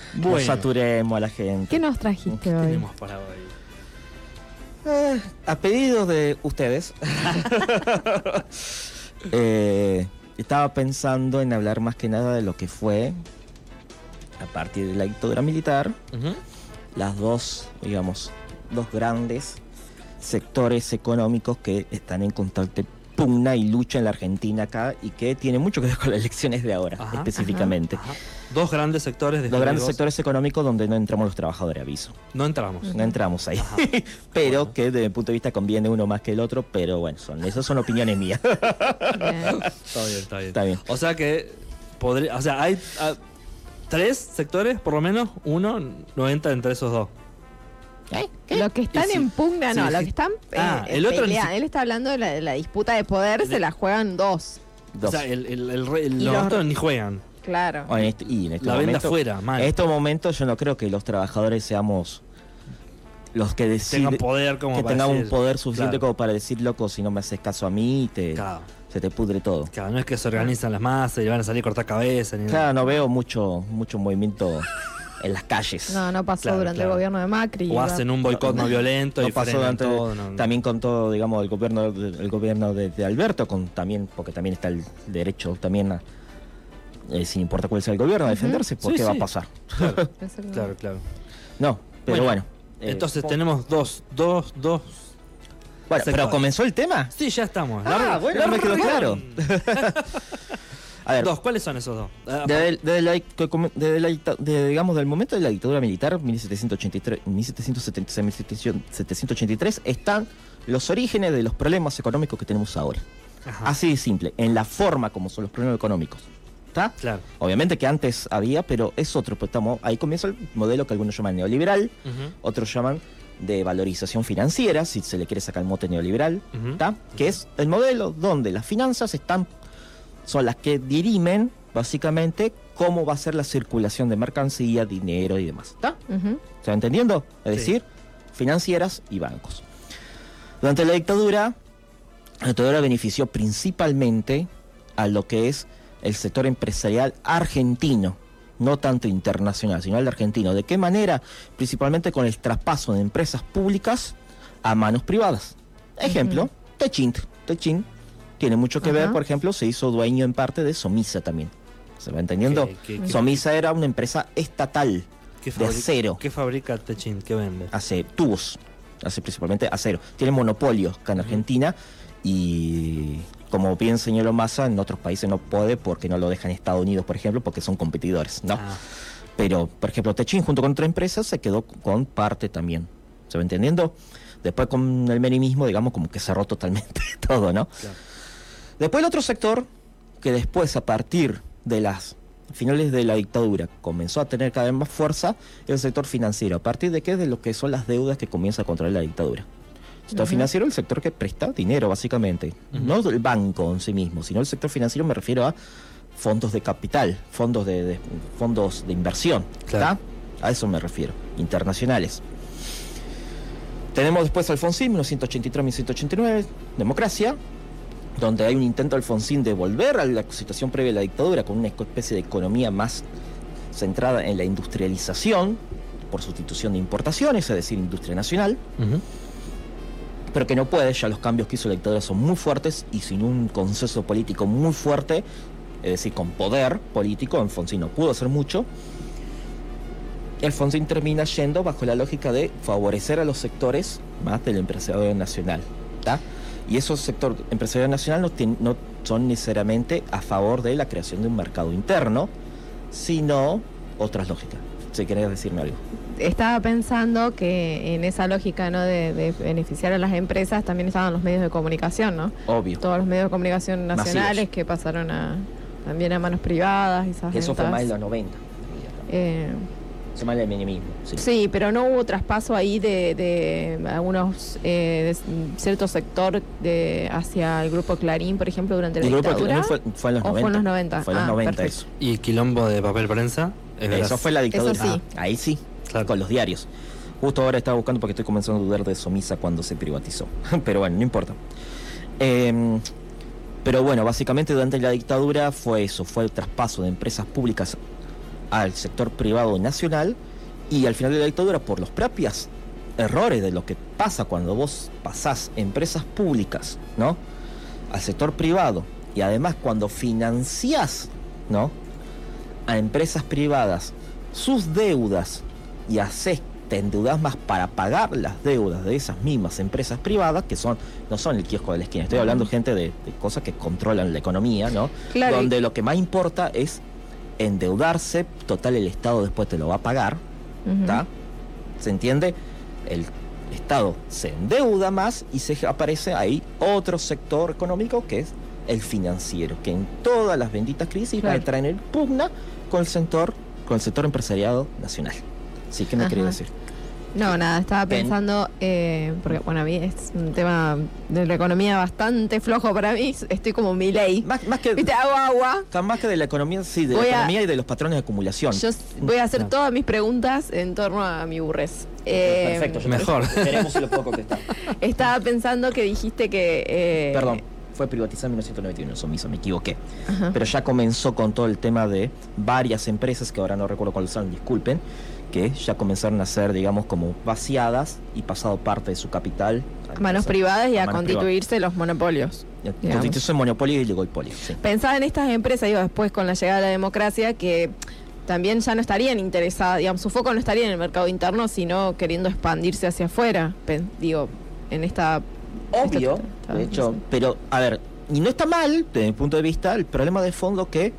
No Bueno, saturemos a la gente. ¿Qué nos trajiste ¿qué hoy? tenemos para hoy? A pedido de ustedes, estaba pensando en hablar más que nada de lo que fue, a partir de la dictadura militar, Ujú. las dos grandes sectores económicos que están en constante pugna y lucha en la Argentina acá y que tiene mucho que ver con las elecciones de ahora, Ajá, específicamente. Ajá. Dos grandes sectores de Los grandes juegos. sectores económicos donde no entramos los trabajadores, aviso. No entramos. No entramos ahí. Ajá. Pero Bueno. que desde mi punto de vista conviene uno más que el otro, pero bueno, esas son opiniones mías. Bien. Está bien, está bien. Está bien. O sea que hay tres sectores, por lo menos, uno no entra entre esos dos. Los que están Y sí, en pugna, no, sí, los sí. que están El otro ni peleando. Él está hablando de la disputa de poder, se la juegan dos. Dos. O sea, Y los los- otros ni juegan. Claro. En este La venda momento, fuera, mal. En estos momentos yo no creo que los trabajadores seamos los que Tengan poder como que para tengamos un decir, poder suficiente claro. como para decir, loco, si no me haces caso a mí, Claro, se te pudre todo. claro, no es que se organizan las masas y van a salir a cortar cabeza ni Claro, no veo mucho movimiento en las calles. No pasó Claro, durante claro. el gobierno de Macri. O hacen un boicot no violento y No pasó frenan durante, todo. No. también con todo, digamos, el gobierno de Alberto, porque también está el derecho también sin importar cuál sea el gobierno, a defenderse, ¿por Sí, qué va a sí. pasar? Claro, Exactamente. claro, claro. No, pero bueno. Entonces tenemos dos. Bueno, pero sectores. comenzó el tema. Sí, ya estamos. Bueno, no me quedó claro. A ver, Dos, ¿cuáles son esos dos? digamos, del momento de la dictadura militar, 1783, 1776, 1783, están los orígenes de los problemas económicos que tenemos ahora. Ajá, Así de simple, en la forma como son los problemas económicos. ¿Está? claro. Obviamente que antes había, pero es otro. Pues ahí comienza el modelo que algunos llaman neoliberal, Ujú, otros llaman de valorización financiera, si se le quiere sacar el mote neoliberal, ujú. ¿está? Que es el modelo donde las finanzas son las que dirimen básicamente cómo va a ser la circulación de mercancía, dinero y demás. ¿Está? Ujú. ¿Se va entendiendo? Es Sí. decir, financieras y bancos. Durante la dictadura benefició principalmente a lo que es el sector empresarial argentino, no tanto internacional, sino el argentino. ¿De qué manera? Principalmente con el traspaso de empresas públicas a manos privadas. Ejemplo, Techint. Techint tiene mucho que ver, Ajá. por ejemplo, se hizo dueño en parte de Somisa también. ¿Se va entendiendo? ¿Qué Somisa era una empresa estatal de acero. ¿Qué fabrica Techint? ¿Qué vende? Hace tubos, hace principalmente acero. Tiene monopolio acá en Argentina y, como bien señaló Massa, en otros países no puede porque no lo dejan Estados Unidos, por ejemplo, porque son competidores, ¿no? Ah, Pero, por ejemplo, Techint junto con otra empresa se quedó con parte también. ¿Se va entendiendo? Después con el menemismo, digamos, como que cerró totalmente todo, ¿no? claro. Después el otro sector, que después a partir de las finales de la dictadura comenzó a tener cada vez más fuerza, es el sector financiero. ¿A partir de qué? De lo que son las deudas que comienza a controlar la dictadura. El sector financiero es el sector que presta dinero, básicamente. No el banco en sí mismo, sino el sector financiero me refiero a fondos de capital, fondos de inversión. Claro. ¿Está? A eso me refiero, internacionales. Tenemos después Alfonsín, 1983-1989, democracia, donde hay un intento de Alfonsín de volver a la situación previa a la dictadura con una especie de economía más centrada en la industrialización por sustitución de importaciones, es decir, industria nacional, Ujú. pero que no puede, ya los cambios que hizo la dictadura son muy fuertes y sin un consenso político muy fuerte, es decir, con poder político, Alfonsín no pudo hacer mucho. Alfonsín termina yendo bajo la lógica de favorecer a los sectores más del empresariado nacional, ¿tá? Y esos sectores empresarial nacional no son necesariamente a favor de la creación de un mercado interno, sino otras lógicas. Si querés decirme algo. Estaba pensando que en esa lógica, ¿no?, de beneficiar a las empresas también estaban los medios de comunicación, ¿no? Obvio. Todos los medios de comunicación nacionales Masivos. que pasaron también a manos privadas y esas Eso fue ventas. más en los 90. Eso más en el menemismo. Sí. Sí, pero no hubo traspaso ahí de algunos de cierto sector hacia el grupo Clarín, por ejemplo, durante la El grupo dictadura. fue en los ¿O 90. fue en los 90? Fue en los Ah, 90 perfecto. eso. ¿Y el quilombo de papel prensa? Eso fue la dictadura. Eso sí. Ahí sí, Claro. con los diarios. Justo ahora estaba buscando porque estoy comenzando a dudar de Somisa cuando se privatizó. Pero bueno, no importa. Pero bueno, básicamente durante la dictadura fue eso, fue el traspaso de empresas públicas al sector privado nacional, y al final de la dictadura, por los propios errores de lo que pasa cuando vos pasás empresas públicas, ¿no?, al sector privado, y además cuando financiás, ¿no?, a empresas privadas sus deudas y te endeudás más para pagar las deudas de esas mismas empresas privadas, que no son el kiosco de la esquina. Estoy hablando gente de cosas que controlan la economía, ¿no? Claro. Donde lo que más importa es endeudarse, total el Estado después te lo va a pagar, ¿está? ¿Se entiende? El Estado se endeuda más y aparece ahí otro sector económico que es el financiero, que en todas las benditas crisis va a entrar en pugna con el sector empresariado nacional. Sí, ¿qué me quería decir? No, nada, estaba pensando, porque bueno, a mí es un tema de la economía bastante flojo para mí, estoy como Milei. Más que, ¿viste? Hago agua. Más que de la economía, sí, de la economía y de los patrones de acumulación. Yo voy a hacer todas mis preguntas en torno a mi burrés. Perfecto, mejor. Veremos si lo puedo contestar. Estaba pensando que dijiste que... Perdón, fue privatizada en 1991, Somisa, me equivoqué. Ajá. Pero ya comenzó con todo el tema de varias empresas, que ahora no recuerdo cuáles son, disculpen, que ya comenzaron a ser, digamos, como vaciadas y pasado parte de su capital a manos privadas y a manos constituirse los monopolios. privadas. Constituirse monopolio y oligopolio, sí. Pensaba en estas empresas, digo, después con la llegada de la democracia, que también ya no estarían interesadas, digamos, su foco no estaría en el mercado interno, sino queriendo expandirse hacia afuera. Digo, en esta... Obvio, de hecho, pero, a ver, y no está mal, desde mi punto de vista, el problema de fondo que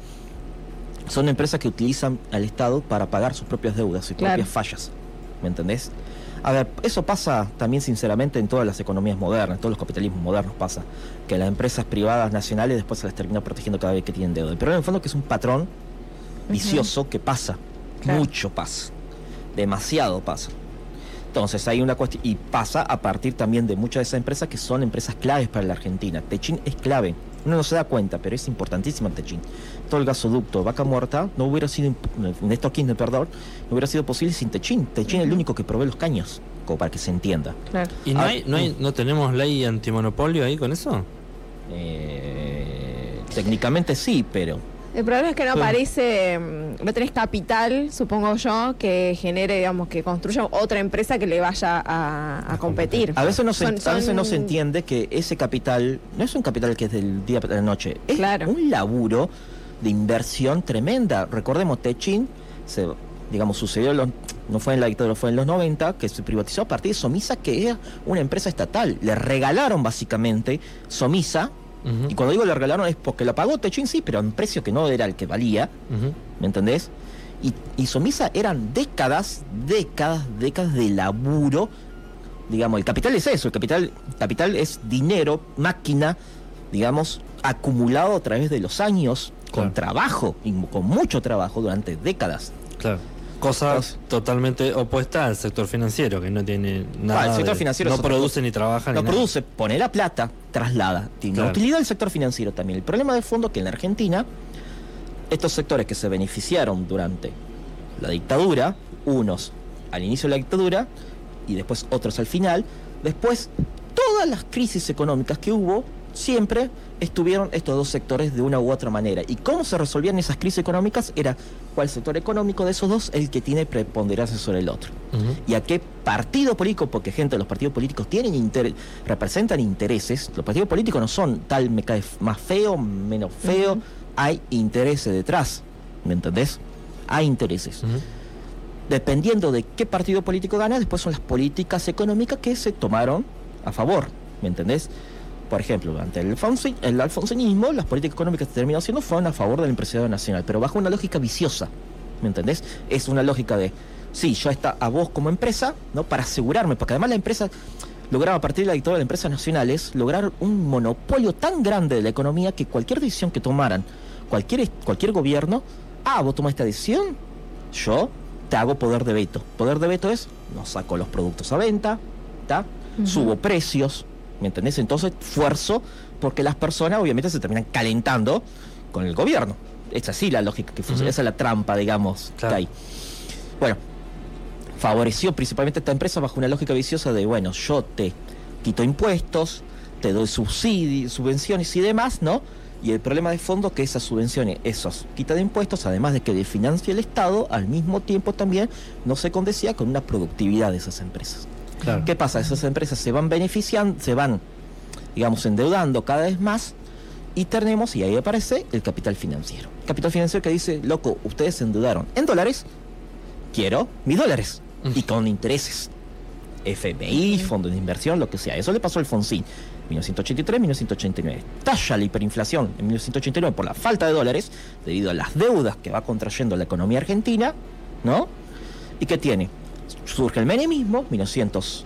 son empresas que utilizan al Estado para pagar sus propias deudas y propias fallas, ¿me entendés? A ver, eso pasa también sinceramente en todas las economías modernas, en todos los capitalismos modernos pasa, que las empresas privadas nacionales después se las terminan protegiendo cada vez que tienen deuda. El problema en el fondo es que es un patrón vicioso que pasa, mucho pasa, demasiado pasa. Entonces hay una cuestión, y pasa a partir también de muchas de esas empresas que son empresas claves para la Argentina. Techin es clave, uno no se da cuenta, pero es importantísima Techin. Todo el gasoducto Vaca Muerta no hubiera sido, Néstor Kirchner, perdón, no hubiera sido posible sin Techin. Techin es el único que provee los caños, como para que se entienda. Claro. ¿Y no tenemos ley antimonopolio ahí con eso? Técnicamente sí, pero... El problema es que no aparece, no tenés capital, supongo yo, que genere, digamos, que construya otra empresa que le vaya a competir. A veces no se entiende que ese capital no es un capital que es del día para la noche, es un laburo de inversión tremenda. Recordemos, Techin sucedió, no fue en la dictadura, fue en los 90, que se privatizó a partir de Somisa, que era una empresa estatal. Le regalaron básicamente Somisa. Y cuando digo le regalaron es porque lo pagó Techin, sí, pero a un precio que no era el que valía, ¿me entendés? Y Somisa eran décadas de laburo. Digamos, el capital es eso, el capital es dinero, máquina, digamos, acumulado a través de los años, con trabajo, y con mucho trabajo durante décadas. Claro. Cosa totalmente opuesta al sector financiero, que no tiene nada. El sector financiero no produce ni trabaja no ni produce, pone la plata, traslada. Tiene utilidad del sector financiero también. El problema de fondo es que en la Argentina, estos sectores que se beneficiaron durante la dictadura, unos al inicio de la dictadura y después otros al final, después todas las crisis económicas que hubo, siempre estuvieron estos dos sectores de una u otra manera. ¿Y cómo se resolvían esas crisis económicas? Era cuál sector económico de esos dos el que tiene preponderancia sobre el otro. Y a qué partido político, porque gente, los partidos políticos representan intereses. Los partidos políticos no son tal me cae más feo, menos feo. Hay intereses detrás, ¿me entendés? Hay intereses. Dependiendo de qué partido político gana, después son las políticas económicas que se tomaron a favor, ¿me entendés? Por ejemplo, durante el alfonsinismo, las políticas económicas que terminó haciendo fueron a favor del empresariado nacional, pero bajo una lógica viciosa, ¿me entendés? Es una lógica de, sí, yo a vos como empresa, ¿no? Para asegurarme, porque además la empresa lograba, a partir de la dictadura de las empresas nacionales, lograr un monopolio tan grande de la economía que cualquier decisión que tomaran, cualquier gobierno, vos tomás esta decisión, yo te hago poder de veto. Poder de veto es, no saco los productos a venta, subo precios, ¿me entendés? Entonces esfuerzo porque las personas obviamente se terminan calentando con el gobierno. Es así la lógica que funciona, esa es la trampa, digamos, que hay. Bueno, favoreció principalmente esta empresa bajo una lógica viciosa de, bueno, yo te quito impuestos, te doy subsidios, subvenciones y demás, ¿no? Y el problema de fondo es que esas subvenciones, esos quita de impuestos, además de que financia el Estado, al mismo tiempo también no se condecía con una productividad de esas empresas. Claro. ¿Qué pasa? Esas empresas se van beneficiando, se van, digamos, endeudando cada vez más y tenemos, y ahí aparece el capital financiero. Capital financiero que dice, loco, ustedes se endeudaron en dólares, quiero mis dólares, y con intereses. FMI, fondos de inversión, lo que sea. Eso le pasó al Fonsín. 1983, 1989. Talla la hiperinflación en 1989 por la falta de dólares, debido a las deudas que va contrayendo la economía argentina, ¿no? ¿Y qué tiene? Surge el menemismo, 1900...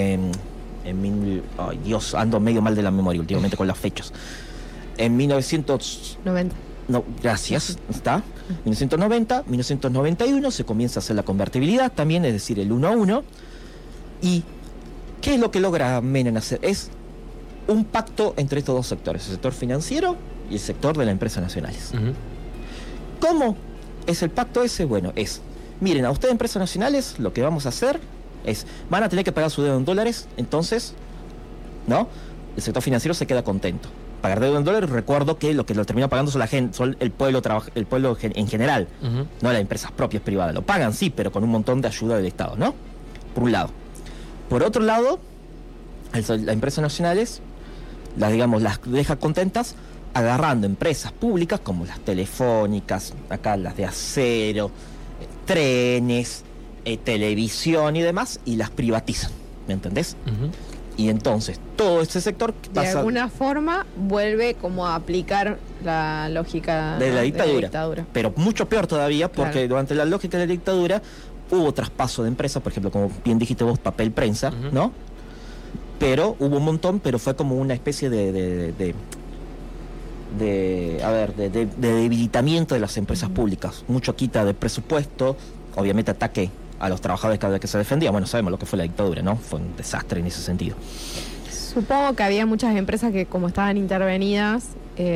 ay Dios, ando medio mal de la memoria últimamente con las fechas. En 1990. No, gracias, está. 1990, 1991 se comienza a hacer la convertibilidad también, es decir, el 1 a 1. ¿Y qué es lo que logra Menem hacer? Es un pacto entre estos dos sectores, el sector financiero y el sector de las empresas nacionales. ¿Cómo es el pacto ese? Bueno, miren, a ustedes empresas nacionales lo que vamos a hacer es, van a tener que pagar su deuda en dólares, entonces, ¿no? El sector financiero se queda contento. Pagar deuda en dólares, recuerdo que lo termina pagando son el pueblo en general, no las empresas propias privadas. Lo pagan, sí, pero con un montón de ayuda del Estado, ¿no? Por un lado. Por otro lado, las empresas nacionales, las deja contentas agarrando empresas públicas como las telefónicas, acá las de acero, trenes, televisión y demás, y las privatizan, ¿me entendés? Y entonces todo ese sector pasa, de alguna forma vuelve como a aplicar la lógica de la dictadura. Pero mucho peor todavía, porque durante la lógica de la dictadura hubo traspaso de empresas, por ejemplo, como bien dijiste vos, papel prensa, ¿no? Pero hubo un montón, pero fue como una especie de debilitamiento de las empresas públicas. Mucho quita de presupuesto, obviamente ataque a los trabajadores cada vez que se defendía. Bueno, sabemos lo que fue la dictadura, ¿no? Fue un desastre en ese sentido. Supongo que había muchas empresas que, como estaban intervenidas,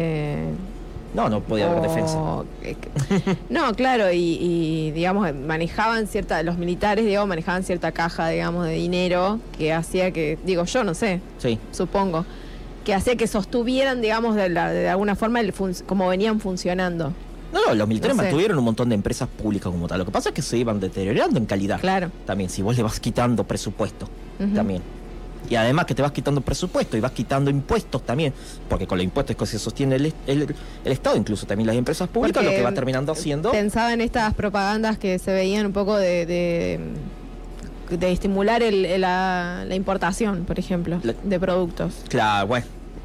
no podía haber defensa. No, claro, y digamos, los militares, digamos, manejaban cierta caja, digamos, de dinero que hacía que, digo, yo no sé, sí, supongo, que hacía que sostuvieran, digamos, de alguna forma como venían funcionando. No, los militares mantuvieron un montón de empresas públicas como tal. Lo que pasa es que se iban deteriorando en calidad. Claro. También, si vos le vas quitando presupuesto, también. Y además que te vas quitando presupuesto y vas quitando impuestos también, porque con los impuestos que se sostiene el Estado, incluso también las empresas públicas, porque lo que va terminando haciendo... Pensaba en estas propagandas que se veían un poco de estimular la importación, por ejemplo, de productos. Claro, bueno.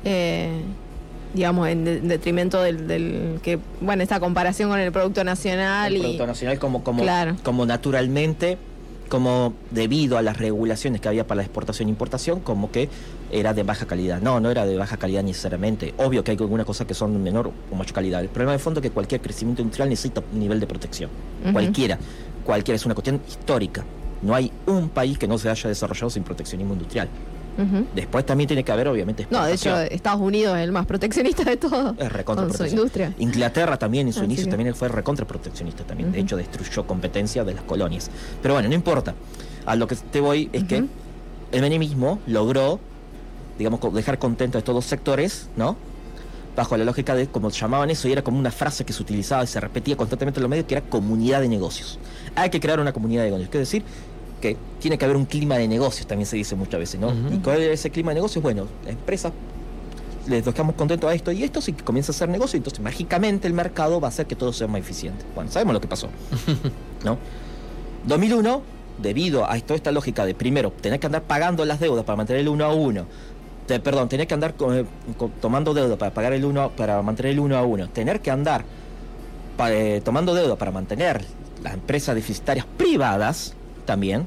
Digamos, en detrimento del que, bueno, esta comparación con el Producto Nacional. Producto Nacional claro, como naturalmente, como debido a las regulaciones que había para la exportación e importación, como que era de baja calidad. No era de baja calidad necesariamente. Obvio que hay algunas cosas que son de menor o mayor calidad. El problema de fondo es que cualquier crecimiento industrial necesita un nivel de protección. Cualquiera, es una cuestión histórica. No hay un país que no se haya desarrollado sin proteccionismo industrial. Después también tiene que haber, obviamente, exportación. No, de hecho, Estados Unidos es el más proteccionista de todo. Es recontra con su industria. Inglaterra también en su inicio también fue recontra proteccionista también. De hecho, destruyó competencia de las colonias. Pero bueno, no importa. A lo que te voy es que el menemismo logró, digamos, dejar contento a estos dos sectores, ¿no? Bajo la lógica de, como llamaban eso, y era como una frase que se utilizaba y se repetía constantemente en los medios, que era comunidad de negocios. Hay que crear una comunidad de negocios. Es decir, que tiene que haber un clima de negocios, también se dice muchas veces, ¿no? ¿Y cuál es ese clima de negocios? Bueno, la empresa les dejamos contentos a esto y esto, si comienza a hacer negocio, entonces mágicamente el mercado va a hacer que todo sea más eficiente. Bueno, sabemos lo que pasó, ¿no? 2001, debido a toda esta lógica de, primero, tener que andar pagando las deudas para mantener el 1 a 1, tener que andar tomando deuda para pagar para mantener el 1 a 1, tener que andar tomando deuda para mantener las empresas deficitarias privadas, también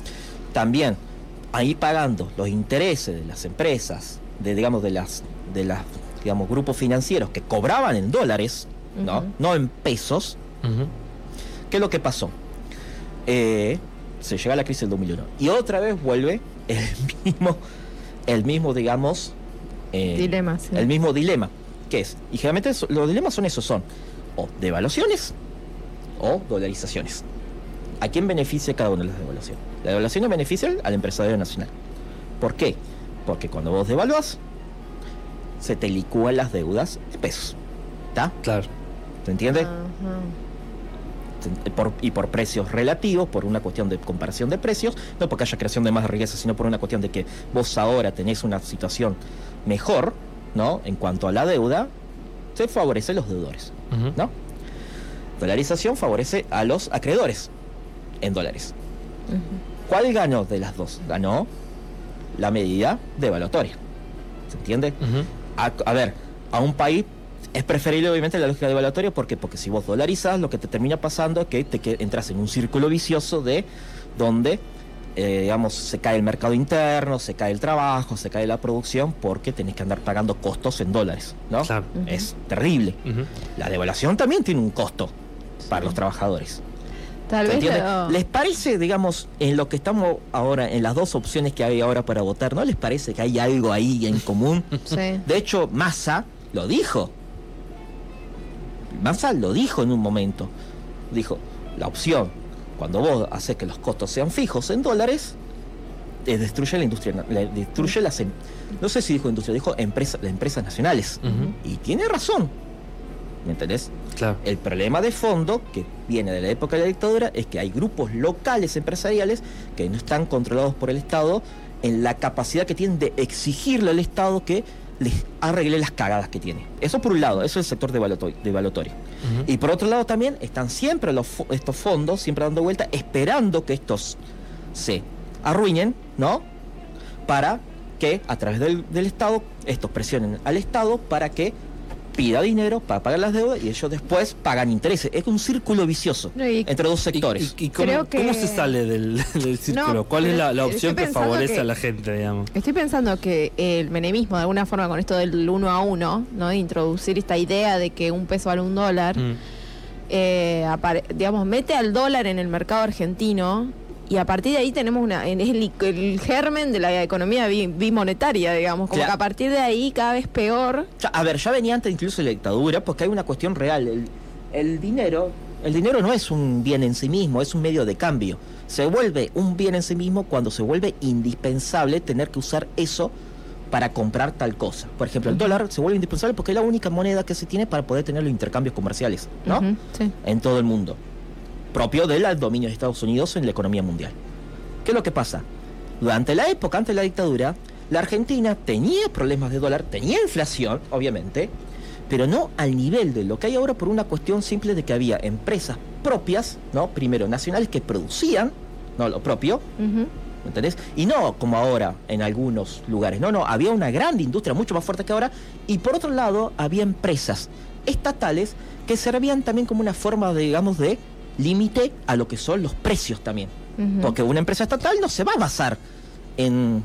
ahí pagando los intereses de las empresas, de las grupos financieros que cobraban en dólares, no en pesos. ¿Qué es lo que pasó? Se llega a la crisis del 2001 y otra vez vuelve el mismo dilema, sí. El mismo dilema, que es, y generalmente los dilemas son o devaluaciones o dolarizaciones. ¿A quién beneficia cada una de las devaluaciones? La devaluación beneficia al empresario nacional. ¿Por qué? Porque cuando vos devaluás, se te licúan las deudas en pesos. ¿Está? Claro. ¿Se entiende? Ajá. Por precios relativos, por una cuestión de comparación de precios, no porque haya creación de más riqueza, sino por una cuestión de que vos ahora tenés una situación mejor, ¿no? En cuanto a la deuda, se favorece a los deudores, Ujú. ¿no? Dolarización favorece a los acreedores en dólares. Ujú. ¿Cuál ganó de las dos? Ganó la medida devaluatoria. ¿Se entiende? Ujú. A ver, a un país es preferible obviamente la lógica devaluatoria porque si vos dolarizás, lo que te termina pasando es que entras en un círculo vicioso de donde digamos, se cae el mercado interno, se cae el trabajo, se cae la producción porque tenés que andar pagando costos en dólares, ¿no? Claro. Ujú. Es terrible. Ujú. La devaluación también tiene un costo para los trabajadores. Tal ¿Se vez entiende? lo- ¿Les parece, digamos, en lo que estamos ahora, en las dos opciones que hay ahora para votar, ¿no les parece que hay algo ahí en común? Sí. De hecho, Massa lo dijo. Massa lo dijo en un momento. Dijo, la opción, cuando vos haces que los costos sean fijos en dólares, destruye la industria, destruye las, no sé si dijo industria, dijo las empresas nacionales. Ujú. Y tiene razón. ¿Me entendés? Claro. El problema de fondo, que viene de la época de la dictadura, es que hay grupos locales empresariales que no están controlados por el Estado en la capacidad que tienen de exigirle al Estado que les arregle las cagadas que tiene. Eso por un lado, eso es el sector devaluatorio. Ujú. Y por otro lado también están siempre estos fondos, siempre dando vuelta, esperando que estos se arruinen, ¿no? Para que a través del Estado, estos presionen al Estado para que pida dinero para pagar las deudas y ellos después pagan intereses. Es un círculo vicioso No, y- entre dos sectores. ¿Y cómo, Creo que- cómo se sale del círculo? No, ¿Cuál es pero la opción estoy que pensando favorece que- a la gente, digamos? Estoy pensando que el menemismo, de alguna forma, con esto del 1 a 1, ¿no? De introducir esta idea de que un peso vale un dólar, Mm. digamos, mete al dólar en el mercado argentino y a partir de ahí tenemos es el germen de la economía bimonetaria, digamos, como Claro. que a partir de ahí cada vez peor. A ver, ya venía antes incluso de la dictadura, porque hay una cuestión real. El dinero no es un bien en sí mismo, es un medio de cambio. Se vuelve un bien en sí mismo cuando se vuelve indispensable tener que usar eso para comprar tal cosa. Por ejemplo, el dólar se vuelve indispensable porque es la única moneda que se tiene para poder tener los intercambios comerciales, ¿no? Ujú, sí. En todo el mundo, propio del dominio de Estados Unidos en la economía mundial. ¿Qué es lo que pasa? Durante la época, antes de la dictadura, la Argentina tenía problemas de dólar, tenía inflación, obviamente, pero no al nivel de lo que hay ahora por una cuestión simple de que había empresas propias, ¿no? Primero nacionales que producían, no lo propio, Ujú. ¿me entendés? Y no como ahora en algunos lugares, no, había una gran industria mucho más fuerte que ahora, y por otro lado había empresas estatales que servían también como una forma, digamos, de límite a lo que son los precios también. Ujú. Porque una empresa estatal no se va a basar en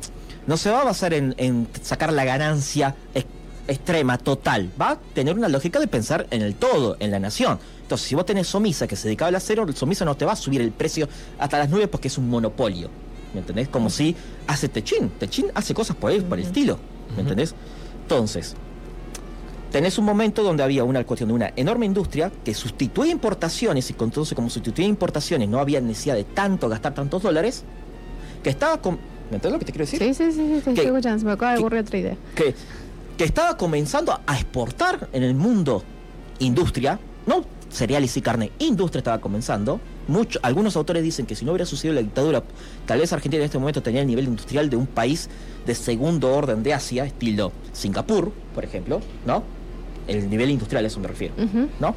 sacar la ganancia extrema, total. Va a tener una lógica de pensar en el todo, en la nación. Entonces, si vos tenés Somisa que se dedicaba al acero, el Somisa no te va a subir el precio hasta las 9 porque es un monopolio. ¿Me entendés? Como si hace Techín. Techín hace cosas por el estilo. ¿Me entendés? Entonces, tenés un momento donde había una cuestión de una enorme industria que sustituía importaciones, y entonces como sustituía importaciones no había necesidad de gastar tantos dólares, que estaba con... ¿Me entiendes lo que te quiero decir? Sí, te estoy escuchando, se me acaba de ¿Qué? ocurrir otra idea. Que estaba comenzando a exportar en el mundo industria, no cereales y carne, industria estaba comenzando. Algunos autores dicen que si no hubiera sucedido la dictadura, tal vez Argentina en este momento tenía el nivel industrial de un país de segundo orden de Asia, estilo Singapur, por ejemplo, ¿no? El nivel industrial, a eso me refiero, Ujú. ¿no?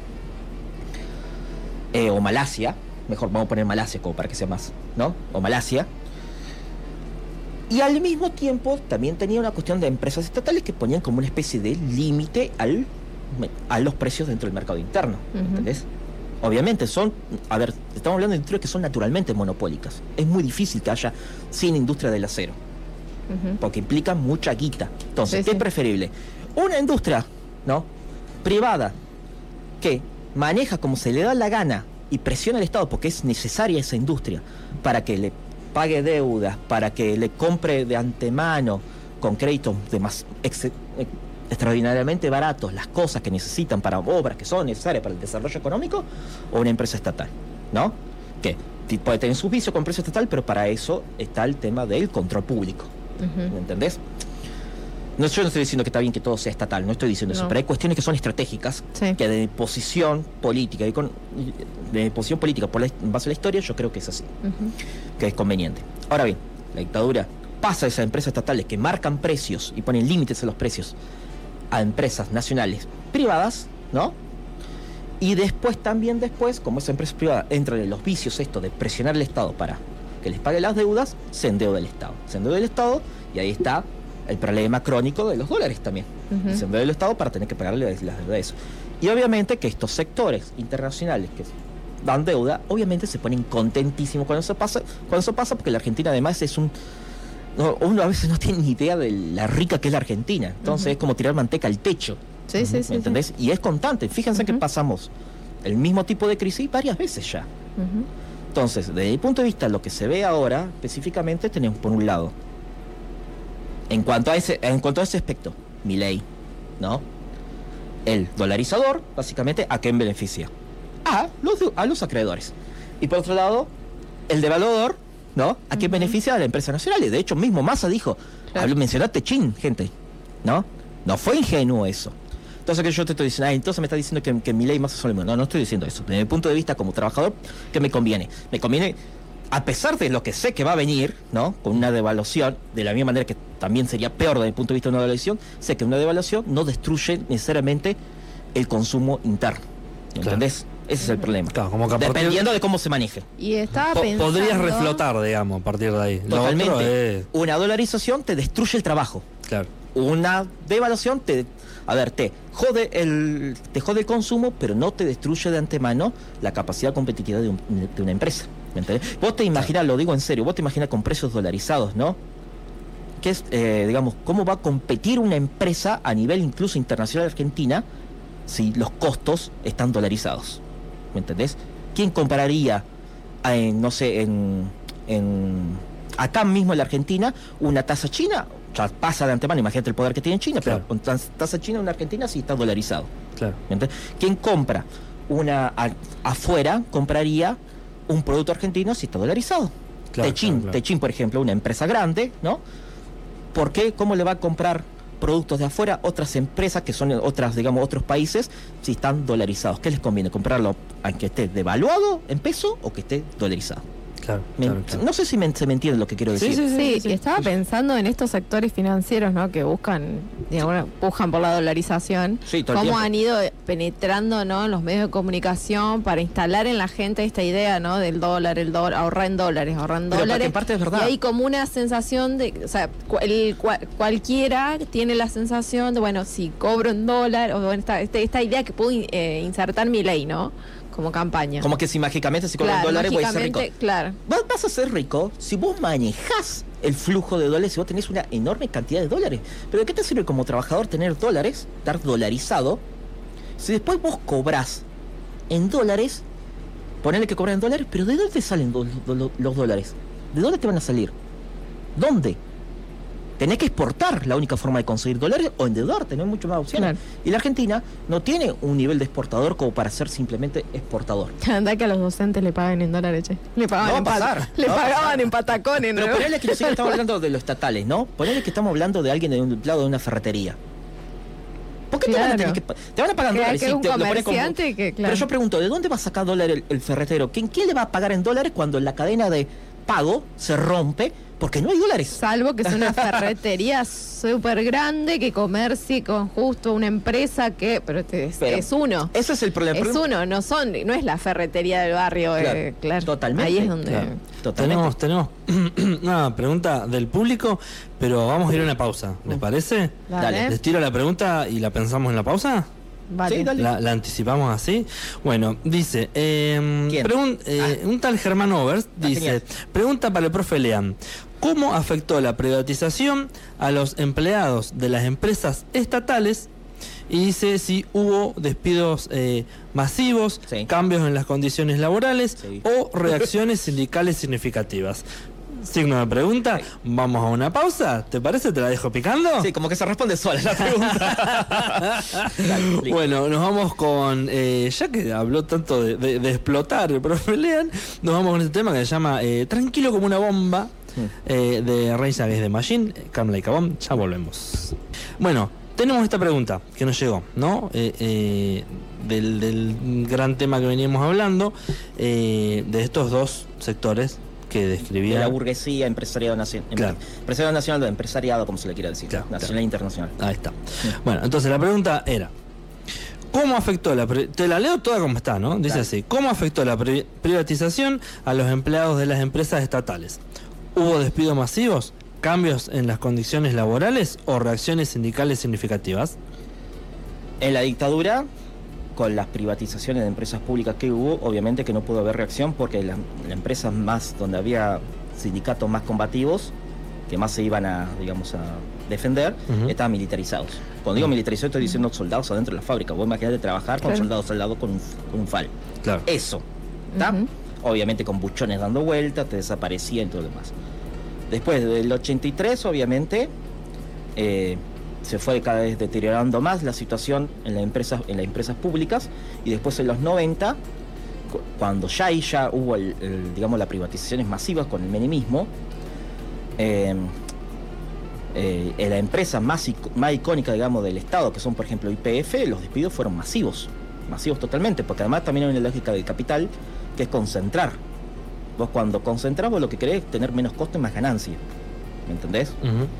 O Malasia, mejor vamos a poner Malasia como para que sea más, ¿no? O Malasia. Y al mismo tiempo también tenía una cuestión de empresas estatales que ponían como una especie de límite a los precios dentro del mercado interno, Ujú. ¿entendés? Obviamente estamos hablando de industrias que son naturalmente monopólicas. Es muy difícil que haya sin industria del acero, Ujú. porque implica mucha guita. Entonces, Sí, ¿qué sí. es preferible? Una industria, ¿no? Privada, que maneja como se le da la gana y presiona al Estado porque es necesaria esa industria para que le pague deudas, para que le compre de antemano con créditos extraordinariamente baratos las cosas que necesitan para obras que son necesarias para el desarrollo económico, o una empresa estatal, ¿no? Que puede tener sus vicios con empresa estatal, pero para eso está el tema del control público. Ujú. ¿Me entendés? No, yo no estoy diciendo que está bien que todo sea estatal, no estoy diciendo eso, No. pero hay cuestiones que son estratégicas, Sí. que de posición política, de posición política en base a la historia, yo creo que es así, Ujú. que es conveniente. Ahora bien, la dictadura pasa a esas empresas estatales que marcan precios y ponen límites a los precios a empresas nacionales privadas, ¿no? Y después, como esa empresa privada entra en los vicios esto de presionar al Estado para que les pague las deudas, se endeuda el Estado. Se endeuda el Estado y ahí está el problema crónico de los dólares también. Ujú. Se endeuda el Estado para tener que pagarle las deudas de eso. Y obviamente que estos sectores internacionales que dan deuda, obviamente se ponen contentísimos cuando eso pasa, porque la Argentina además es uno a veces no tiene ni idea de la rica que es la Argentina. Entonces es como tirar manteca al techo. Sí, sí, sí. ¿Me entendés? Y es constante. Fíjense que Ujú. pasamos el mismo tipo de crisis varias veces ya. Ujú. Entonces, desde mi punto de vista, lo que se ve ahora, específicamente, tenemos por un lado, en cuanto a ese aspecto, Milei, ¿no? El dolarizador, básicamente, ¿a quién beneficia? A los acreedores. Y por otro lado, el devaluador, ¿no? ¿A quién beneficia? A la empresa nacional. Y de hecho, mismo Massa dijo, Claro. mencionó a Techín, gente, ¿no? No fue ingenuo eso. Entonces que yo te estoy diciendo, entonces me está diciendo que Milei más son lo mismo. No estoy diciendo eso. Desde mi punto de vista como trabajador, que me conviene. Me conviene, a pesar de lo que sé que va a venir, ¿no? Con una devaluación, de la misma manera que también sería peor desde mi punto de vista de una devaluación, sé que una devaluación no destruye necesariamente el consumo interno. ¿Entendés? Ese es el problema. Claro, como que a partir- Dependiendo de cómo se maneje. Y estaba pensando... Podrías reflotar, digamos, a partir de ahí. Lo Totalmente. otro es- Una dolarización te destruye el trabajo. claro. Una devaluación te jode el consumo, pero no te destruye de antemano la capacidad competitiva de una empresa. ¿Me entendés? Vos te imaginás, lo digo en serio, vos te imaginas con precios dolarizados, ¿no? Que es, digamos, cómo va a competir una empresa a nivel incluso internacional argentina si los costos están dolarizados. ¿Me entendés? ¿Quién compararía, no sé, acá mismo en la Argentina, una tasa china? Ya pasa de antemano, imagínate el poder que tiene China, Claro. pero con tasa china en Argentina sí está dolarizado. Claro. ¿Me entendés? ¿Quién compra afuera compraría un producto argentino si está dolarizado? Claro, Techín, claro, claro. Techín, por ejemplo, una empresa grande, ¿no? ¿Por qué? ¿Cómo le va a comprar productos de afuera otras empresas que son otros países si están dolarizados? ¿Qué les conviene? ¿Comprarlo aunque esté devaluado en peso o que esté dolarizado? Claro, claro. No sé si se me entiende lo que quiero decir. Sí, y estaba pensando en estos sectores financieros, ¿no? Que buscan, digamos, pujan por la dolarización. Sí, todo el Cómo tiempo. han ido penetrando, ¿no? En los medios de comunicación para instalar en la gente esta idea, ¿no? Del dólar, ahorrar en dólares, ahorrar en Pero dólares. porque en parte es verdad. Y hay como una sensación de, o sea, cualquiera tiene la sensación de, bueno, si cobro en dólar, o bueno, esta idea que puedo insertar mi ley, ¿no? Como campaña. Como que si mágicamente si cobran Claro, dólares voy a ser rico. mágicamente, claro. Vas a ser rico si vos manejás el flujo de dólares, si vos tenés una enorme cantidad de dólares. Pero ¿de qué te sirve como trabajador tener dólares, estar dolarizado, si después vos cobrás en dólares, ponele que cobran en dólares, pero ¿de dónde salen los dólares? ¿De dónde te van a salir? ¿Dónde? Tenés que exportar, la única forma de conseguir dólares, o endeudarte, no hay mucho más opciones. Claro. Y la Argentina no tiene un nivel de exportador como para ser simplemente exportador. Anda que a los docentes le paguen en dólares, che. Le pagaban, No va a pasar, le no va a pagaban pasar. en patacones, ¿no? Pero ponele que nosotros estamos hablando de los estatales, ¿no? Ponele que estamos hablando de alguien de un lado de una ferretería. ¿Por qué te van a Claro. tener te van a pagar en Que- dólares? que Sí, un te lo ponen como- comerciante que, claro. Pero yo pregunto, ¿de dónde va a sacar dólar el ferretero? ¿Quién le va a pagar en dólares cuando la cadena de pago se rompe? Porque no hay dólares. Salvo que es una ferretería súper grande que comercie con justo una empresa que... Pero es uno. Ese es el problema. Es uno, no es la ferretería del barrio, Claro, claro. totalmente. Ahí es donde... Claro. Totalmente. Tenemos una pregunta del público, pero vamos a ir a una pausa. ¿Les parece? Dale. ¿Les tiro la pregunta y la pensamos en la pausa? Vale. Sí, dale. La anticipamos así. Bueno, dice, ¿Quién? un tal Germán Overs dice, genial. pregunta para el profe Leán, ¿cómo afectó la privatización a los empleados de las empresas estatales? Y dice si hubo despidos masivos, Sí. cambios en las condiciones laborales Sí. o reacciones sindicales significativas. Signo de pregunta, vamos a una pausa, ¿te parece? ¿Te la dejo picando? Sí, como que se responde sola la pregunta. Dale, listo. Bueno, nos vamos con, ya que habló tanto de explotar el profe Lean, nos vamos con este tema que se llama Tranquilo como una bomba, de Rage Against the Machine, Calm Like a Bomb. Ya volvemos. Bueno, tenemos esta pregunta que nos llegó, ¿no? Del gran tema que veníamos hablando, de estos dos sectores que describía. De la burguesía, empresariado nacional. Claro. Empresariado nacional, empresariado, como se le quiera decir. Claro, nacional e internacional. Ahí está. Bueno, entonces la pregunta era: ¿cómo afectó te la leo toda como está, ¿no? Dice Dale. así: ¿cómo afectó la privatización a los empleados de las empresas estatales? ¿Hubo despidos masivos, cambios en las condiciones laborales o reacciones sindicales significativas? En la dictadura, con las privatizaciones de empresas públicas que hubo, obviamente que no pudo haber reacción porque las empresas más donde había sindicatos más combativos, que más se iban a, digamos, a defender, estaban militarizados. Cuando digo militarizados estoy diciendo soldados adentro de la fábrica. Vos imaginate trabajar con Claro. soldados con un FAL. Claro. Eso, ¿está? Ujú. Obviamente con buchones dando vueltas, te desaparecía y todo lo demás. Después del 83, obviamente, se fue cada vez deteriorando más la situación en las empresas públicas, y después en los 90, cuando ya hubo digamos, las privatizaciones masivas con el menemismo, en la empresa más icónica, digamos, del Estado, que son por ejemplo YPF, los despidos fueron masivos totalmente, porque además también hay una lógica del capital que es concentrar. Vos cuando concentrás, vos lo que querés es tener menos costo y más ganancia, ¿me entendés?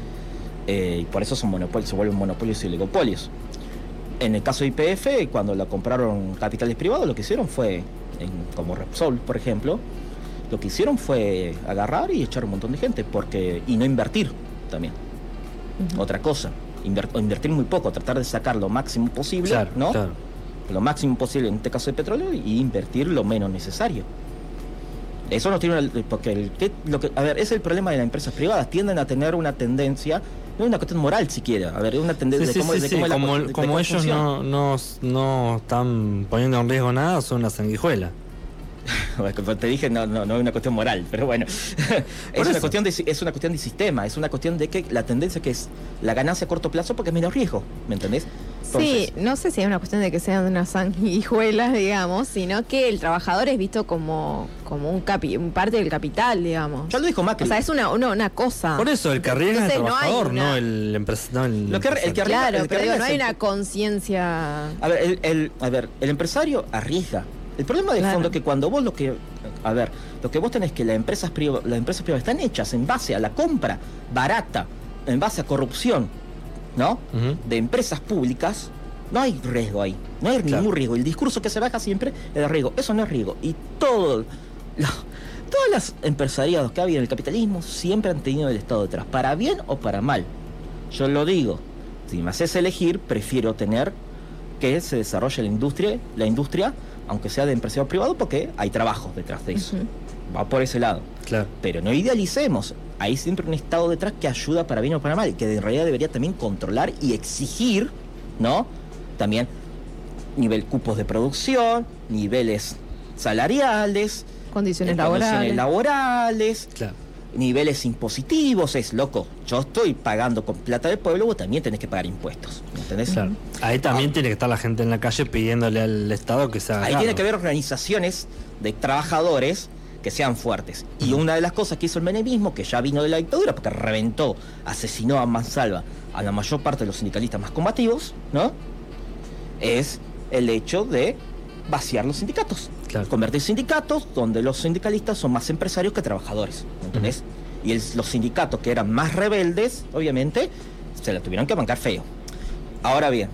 Y por eso son monopolios, se vuelven monopolios y oligopolios. En el caso de YPF, cuando la compraron capitales privados, lo que hicieron fue, como Repsol, por ejemplo, lo que hicieron fue agarrar y echar un montón de gente, y no invertir también. Otra cosa, invertir muy poco, tratar de sacar lo máximo posible, Claro, ¿no? claro. Lo máximo posible en este caso de petróleo, y invertir lo menos necesario. Eso no tiene porque a ver, es el problema de las empresas privadas, tienden a tener una tendencia, no es una cuestión moral siquiera, a ver, es una tendencia Sí, de cómo, sí, de sí, cómo es la como, cu- de como cómo ellos funciona. no están poniendo en riesgo nada, son una sanguijuela. Como te dije, no es una cuestión moral, pero bueno. es una cuestión de sistema, es una cuestión de que la tendencia que es la ganancia a corto plazo porque es menos riesgo, ¿me entendés? Sí, no sé si es una cuestión de que sean unas sanguijuelas, digamos, sino que el trabajador es visto como un parte del capital, digamos. Ya lo dijo Macri. O sea, es una cosa. Por eso, el que arriesga es el Entonces, no hay trabajador, una- no el empresario. Lo que arriesga- Claro, el que pero digo, arriesga no es hay el- una conciencia. A ver, el empresario arriesga. El problema de Claro. fondo es que cuando vos lo que vos tenés que las empresas privadas están hechas en base a la compra barata, en base a corrupción, ¿no? De empresas públicas, no hay riesgo ahí, no hay Claro. ningún riesgo. El discurso que se baja siempre es de riesgo, eso no es riesgo. Y todos los empresariados que ha habido en el capitalismo siempre han tenido el Estado detrás, para bien o para mal. Yo lo digo, si me haces elegir, prefiero tener que se desarrolle la industria, aunque sea de empresario privado, porque hay trabajos detrás de eso. Va por ese lado. Claro. Pero no idealicemos. Hay siempre un Estado detrás que ayuda para bien o para mal, y que en realidad debería también controlar y exigir, ¿no? También cupos de producción, niveles salariales, Condiciones condiciones laborales. laborales, Claro. niveles impositivos. Es loco, yo estoy pagando con plata del pueblo, vos también tenés que pagar impuestos, ¿me entendés? Claro. Ahí también tiene que estar la gente en la calle pidiéndole al Estado que se haga Ahí cargo. tiene que haber organizaciones de trabajadores que sean fuertes. Y una de las cosas que hizo el menemismo, que ya vino de la dictadura, porque reventó, asesinó a mansalva a la mayor parte de los sindicalistas más combativos, ¿no? Es el hecho de vaciar los sindicatos. Claro. Convertir sindicatos donde los sindicalistas son más empresarios que trabajadores, ¿me entendés? Y los sindicatos que eran más rebeldes, obviamente, se la tuvieron que bancar feo. Ahora bien,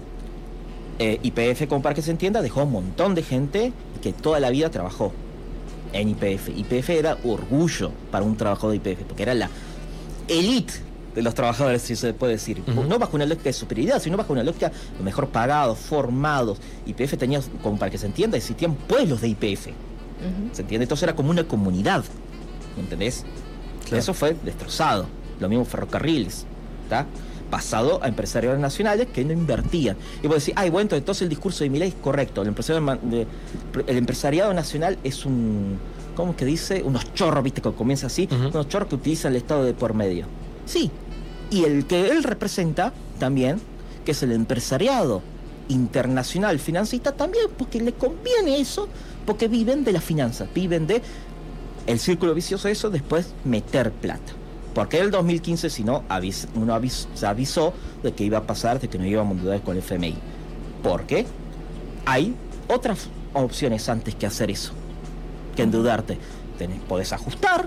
YPF, como para que se entienda, dejó un montón de gente que toda la vida trabajó en YPF. YPF era orgullo para un trabajador de YPF, porque era la élite de los trabajadores, si se puede decir. No bajo una lógica de superioridad, sino bajo una lógica de mejor pagados, formados. YPF tenía, como para que se entienda, existían pueblos de YPF. ¿Se entiende? Entonces era como una comunidad. ¿Me entendés? Claro. Eso fue destrozado. Lo mismo ferrocarriles. ¿Está? Pasado a empresarios nacionales que no invertían. Y vos decís, bueno, entonces el discurso de Milei es correcto. El empresariado nacional es un, ¿cómo es que dice? Unos chorros, viste, que comienza así, unos chorros que utilizan el Estado de por medio. Sí, y el que él representa también, que es el empresariado internacional financista, también porque le conviene eso, porque viven de las finanzas, viven de El círculo vicioso de eso, después meter plata. Porque en el 2015, si no, se avisó de que iba a pasar, de que no íbamos a endeudar con el FMI. Porque hay otras opciones antes que hacer eso, que endeudarte. Podés ajustar.